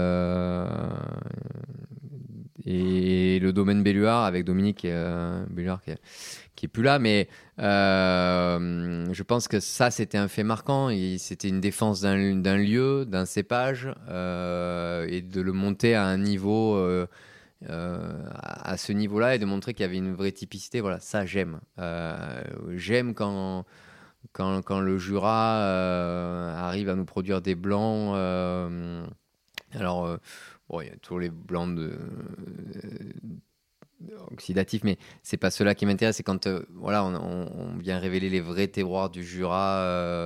et le domaine Belluard avec Dominique Belluard qui est plus là, mais je pense que ça c'était un fait marquant et c'était une défense d'un lieu, d'un cépage et de le monter à un niveau à ce niveau-là et de montrer qu'il y avait une vraie typicité. Voilà, ça j'aime. J'aime quand le Jura arrive à nous produire des blancs. Il y a toujours les blancs oxydatifs, mais c'est pas cela qui m'intéresse. C'est quand on vient révéler les vrais terroirs du Jura.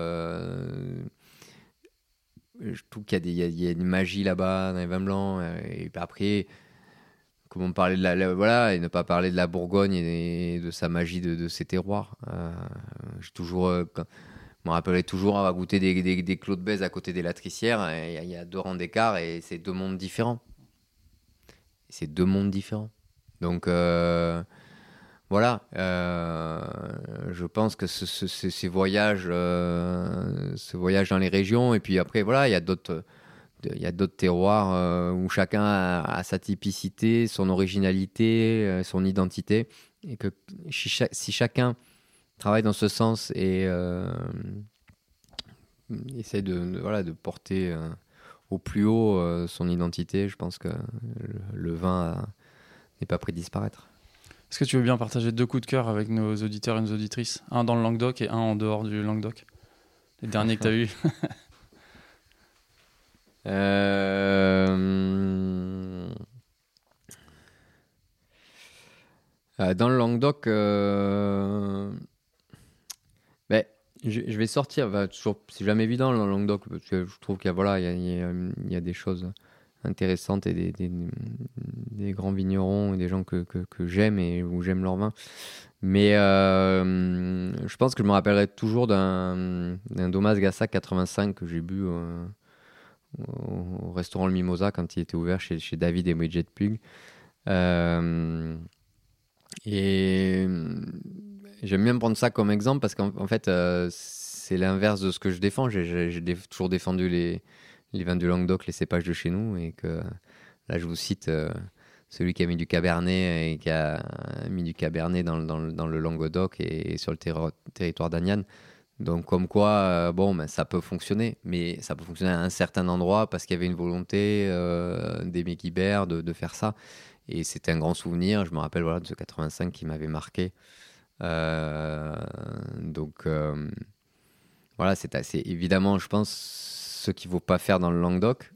Je trouve qu'il y a une magie là-bas dans les vins blancs. Et après, comment parler et ne pas parler de la Bourgogne et de sa magie de ses terroirs. J'ai toujours, je me rappelais toujours avoir goûté des Clos de Bèze à côté des Latricières. Il y a 2 rangs d'écart et c'est 2 mondes différents. Donc voilà, je pense que ces voyages, ce voyage dans les régions, et puis après, voilà, il y a d'autres terroirs où chacun a sa typicité, son originalité, son identité, et que si chacun travaille dans ce sens et essaie de porter au plus haut son identité, je pense que le vin n'est pas prêt de disparaître. Est-ce que tu veux bien partager 2 coups de cœur avec nos auditeurs et nos auditrices? Un dans le Languedoc et un en dehors du Languedoc. Les derniers que tu as eus. Dans le Languedoc, je vais sortir. Toujours, c'est jamais évident le Languedoc, parce que je trouve qu'il y a, voilà, il y a des choses intéressantes et des grands vignerons et des gens que j'aime et où j'aime leur vin. Mais je pense que je me rappellerai toujours d'un Thomas Gassac 85 que j'ai bu au restaurant Le Mimosa quand il était ouvert chez David et Bridget Pug. Et j'aime bien prendre ça comme exemple parce qu'en fait, c'est l'inverse de ce que je défends. J'ai toujours défendu les vins du Languedoc, les cépages de chez nous. Et que là, je vous cite celui qui a mis du Cabernet et qui a mis du Cabernet dans le Languedoc et sur le territoire d'Agnan. Donc, comme quoi, ça peut fonctionner. Mais ça peut fonctionner à un certain endroit parce qu'il y avait une volonté d'Aimé Guibert de faire ça. Et c'était un grand souvenir. Je me rappelle de ce 85 qui m'avait marqué. Voilà, c'est assez évidemment, je pense, ce qu'il ne faut pas faire dans le Languedoc.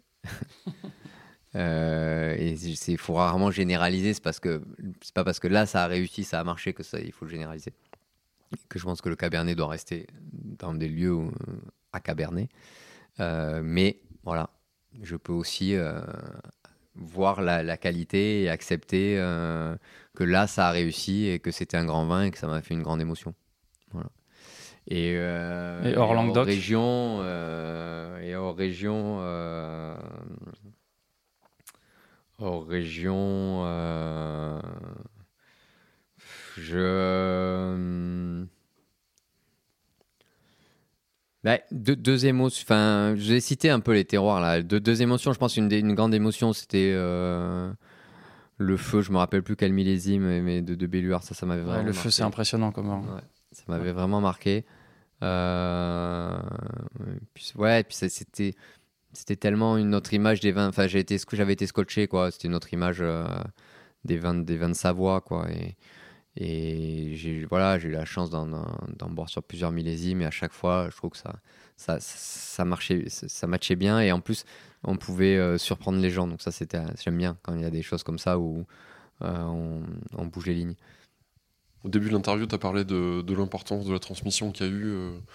Et il faut rarement généraliser. C'est pas parce que là ça a réussi, ça a marché que il faut le généraliser. Que je pense que le Cabernet doit rester dans des lieux à Cabernet. Mais voilà, je peux aussi voir la qualité et accepter que là ça a réussi et que c'était un grand vin et que ça m'a fait une grande émotion. Voilà. Et hors Languedoc, hors région, deux émotions. Enfin, je vais citer un peu les terroirs là. Deux émotions. Je pense une grande émotion, c'était le feu. Je me rappelle plus quel millésime, mais de Belluard, ça m'avait vraiment. Le feu, marqué. c'est impressionnant comment. Ouais, ça m'avait vraiment marqué. Puis c'était tellement une autre image des vins. Enfin, j'avais été scotché quoi. C'était une autre image des vins de Savoie quoi. Et j'ai eu la chance d'en boire sur plusieurs millésimes et à chaque fois je trouve que ça marchait, ça matchait bien et en plus on pouvait surprendre les gens, donc ça j'aime bien quand il y a des choses comme ça où on bouge les lignes. Au début de l'interview, tu as parlé de l'importance de la transmission qu'il y a eu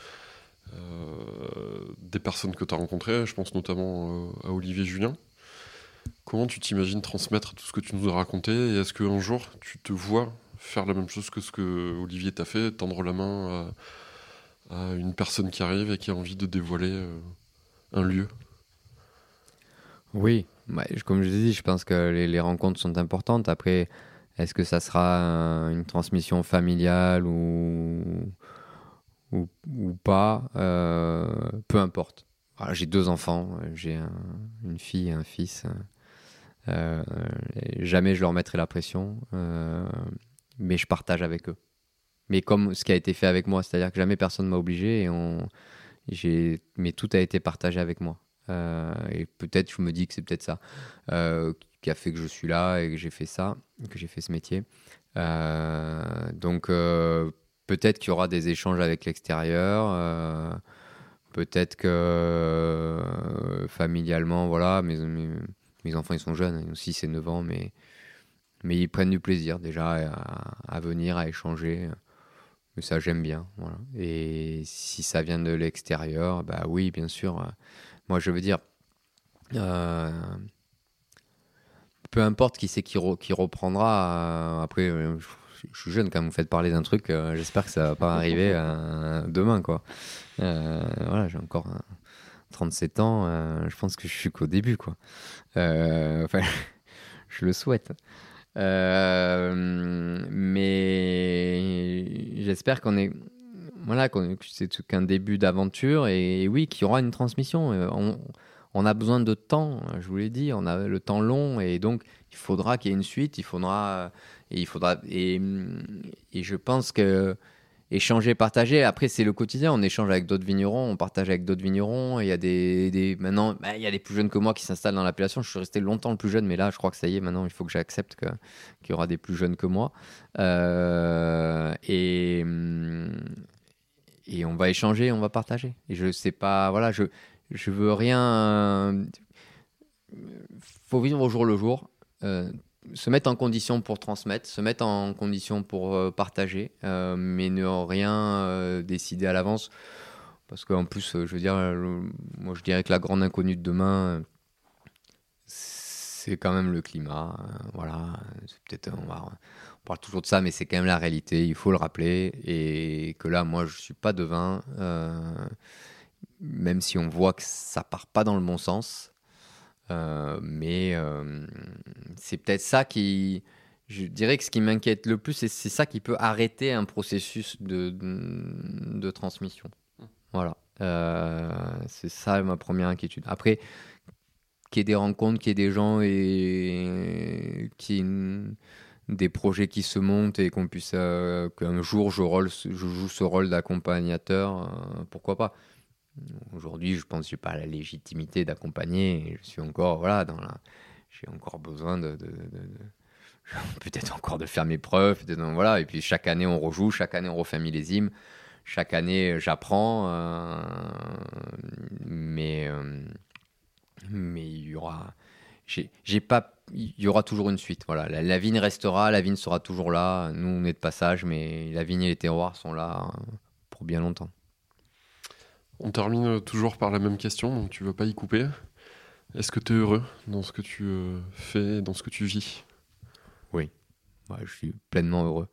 des personnes que tu as rencontrées, je pense notamment à Olivier Julien. Comment tu t'imagines transmettre tout ce que tu nous as raconté et est-ce qu'un jour tu te vois faire la même chose que ce que Olivier t'a fait, tendre la main à une personne qui arrive et qui a envie de dévoiler un lieu? Oui, comme je dis, je pense que les rencontres sont importantes. Après, est-ce que ça sera une transmission familiale ou pas, peu importe. Voilà, j'ai 2 enfants, j'ai une fille et un fils. Jamais je leur mettrai la pression, mais je partage avec eux. Mais comme ce qui a été fait avec moi, c'est-à-dire que jamais personne m'a obligé, mais tout a été partagé avec moi. Et peut-être, je me dis que c'est peut-être ça qui a fait que je suis là et que j'ai fait ça, que j'ai fait ce métier. Donc, peut-être qu'il y aura des échanges avec l'extérieur. Peut-être que familialement, voilà, mes enfants, ils sont jeunes, aussi, c'est 9 ans, mais ils prennent du plaisir déjà à venir, à échanger. Mais ça, j'aime bien. Voilà. Et si ça vient de l'extérieur, bah oui, bien sûr. Moi, je veux dire, peu importe qui c'est qui reprendra. Après, je suis jeune quand vous me faites parler d'un truc. J'espère que ça va pas arriver demain, quoi. Voilà, j'ai encore 37 ans. Je pense que je suis qu'au début, quoi. Enfin, je le souhaite. Mais j'espère que c'est qu'un début d'aventure et oui, qu'il y aura une transmission. On a besoin de temps, je vous l'ai dit, on a le temps long et donc il faudra qu'il y ait une suite, et je pense que échanger, partager, après c'est le quotidien, on échange avec d'autres vignerons, on partage avec d'autres vignerons, et il y a maintenant, il y a des plus jeunes que moi qui s'installent dans l'appellation, je suis resté longtemps le plus jeune, mais là je crois que ça y est, maintenant il faut que j'accepte qu'il y aura des plus jeunes que moi, et on va échanger, on va partager, et je sais pas, voilà, je veux rien, faut vivre au jour le jour, se mettre en condition pour transmettre, se mettre en condition pour partager, mais ne rien décider à l'avance. Parce qu'en plus, je veux dire, moi je dirais que la grande inconnue de demain, c'est quand même le climat. Voilà, c'est peut-être, on parle toujours de ça, mais c'est quand même la réalité, il faut le rappeler. Et que là, moi, je ne suis pas devin, même si on voit que ça ne part pas dans le bon sens. Mais c'est peut-être ça qui, je dirais que ce qui m'inquiète le plus, c'est ça qui peut arrêter un processus de transmission. Voilà, c'est ça ma première inquiétude. Après, qu'il y ait des rencontres, qu'il y ait des gens et qu'il y ait des projets qui se montent et qu'on puisse qu'un jour je joue ce rôle d'accompagnateur, pourquoi pas. Aujourd'hui, je pense que je n'ai pas la légitimité d'accompagner. Je suis encore, voilà, j'ai encore besoin peut-être encore de faire mes preuves. Voilà. Et puis chaque année, on rejoue, chaque année, on refait un millésime. Chaque année, j'apprends. Mais il y aura, il y aura toujours une suite. Voilà. La vigne restera, la vigne sera toujours là. Nous, on est de passage, mais la vigne et les terroirs sont là pour bien longtemps. On termine toujours par la même question, donc tu ne veux pas y couper. Est-ce que tu es heureux dans ce que tu fais, dans ce que tu vis ? Oui, je suis pleinement heureux.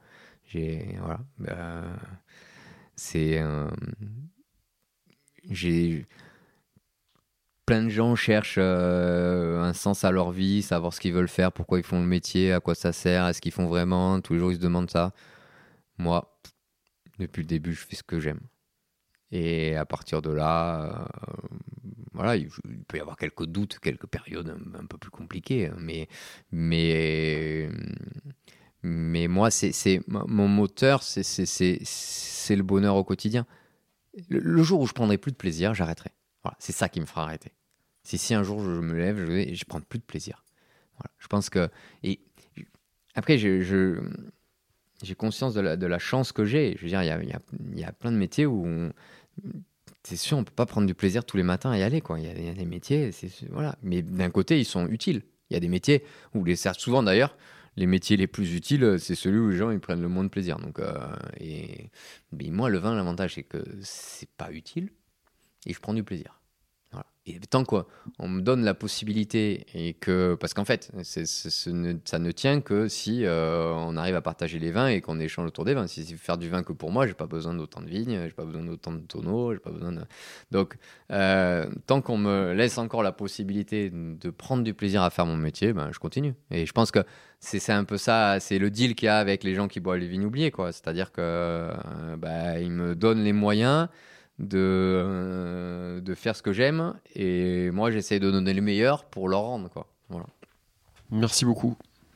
Plein de gens cherchent un sens à leur vie, savoir ce qu'ils veulent faire, pourquoi ils font le métier, à quoi ça sert, est-ce qu'ils font vraiment, tous les jours ils se demandent ça. Moi, depuis le début, je fais ce que j'aime. Et à partir de là, voilà, il peut y avoir quelques doutes, quelques périodes un peu plus compliquées. Mais moi, mon moteur, c'est le bonheur au quotidien. Le jour où je prendrai plus de plaisir, j'arrêterai. Voilà, c'est ça qui me fera arrêter. C'est si un jour je me lève et je prends plus de plaisir. Voilà, je pense que... Et après, j'ai conscience de la chance que j'ai. Je veux dire, il y a plein de métiers où... C'est sûr, on peut pas prendre du plaisir tous les matins et y aller, quoi. Il y a des métiers, voilà. Mais d'un côté, ils sont utiles. Il y a des métiers où souvent d'ailleurs, les métiers les plus utiles, c'est celui où les gens ils prennent le moins de plaisir. Donc, mais moi, le vin, l'avantage, c'est que c'est pas utile et je prends du plaisir. Voilà. Et tant qu'on me donne la possibilité et que, parce qu'en fait, ça ne tient que si on arrive à partager les vins et qu'on échange autour des vins. Si c'est faire du vin que pour moi, j'ai pas besoin d'autant de vignes, j'ai pas besoin d'autant de tonneaux, j'ai pas besoin de... Donc, tant qu'on me laisse encore la possibilité de prendre du plaisir à faire mon métier, je continue. Et je pense que c'est un peu ça, c'est le deal qu'il y a avec les gens qui boivent les vignes oubliées, quoi. C'est-à-dire que ils me donnent les moyens de faire ce que j'aime et moi j'essaie de donner le meilleur pour leur rendre, quoi. Voilà. Merci beaucoup.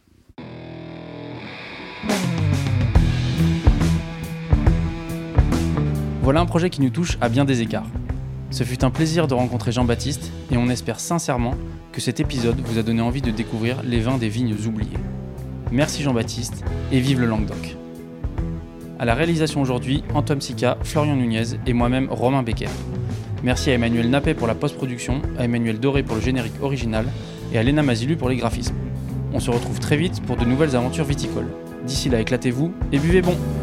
Voilà un projet qui nous touche à bien des écarts. Ce fut un plaisir de rencontrer Jean-Baptiste et on espère sincèrement que cet épisode vous a donné envie de découvrir les vins des vignes oubliées. Merci Jean-Baptiste et vive le Languedoc. À la réalisation aujourd'hui, Antoine Sica, Florian Nunez et moi-même Romain Becker. Merci à Emmanuel Nappet pour la post-production, à Emmanuel Doré pour le générique original et à Léna Mazilu pour les graphismes. On se retrouve très vite pour de nouvelles aventures viticoles. D'ici là, éclatez-vous et buvez bon!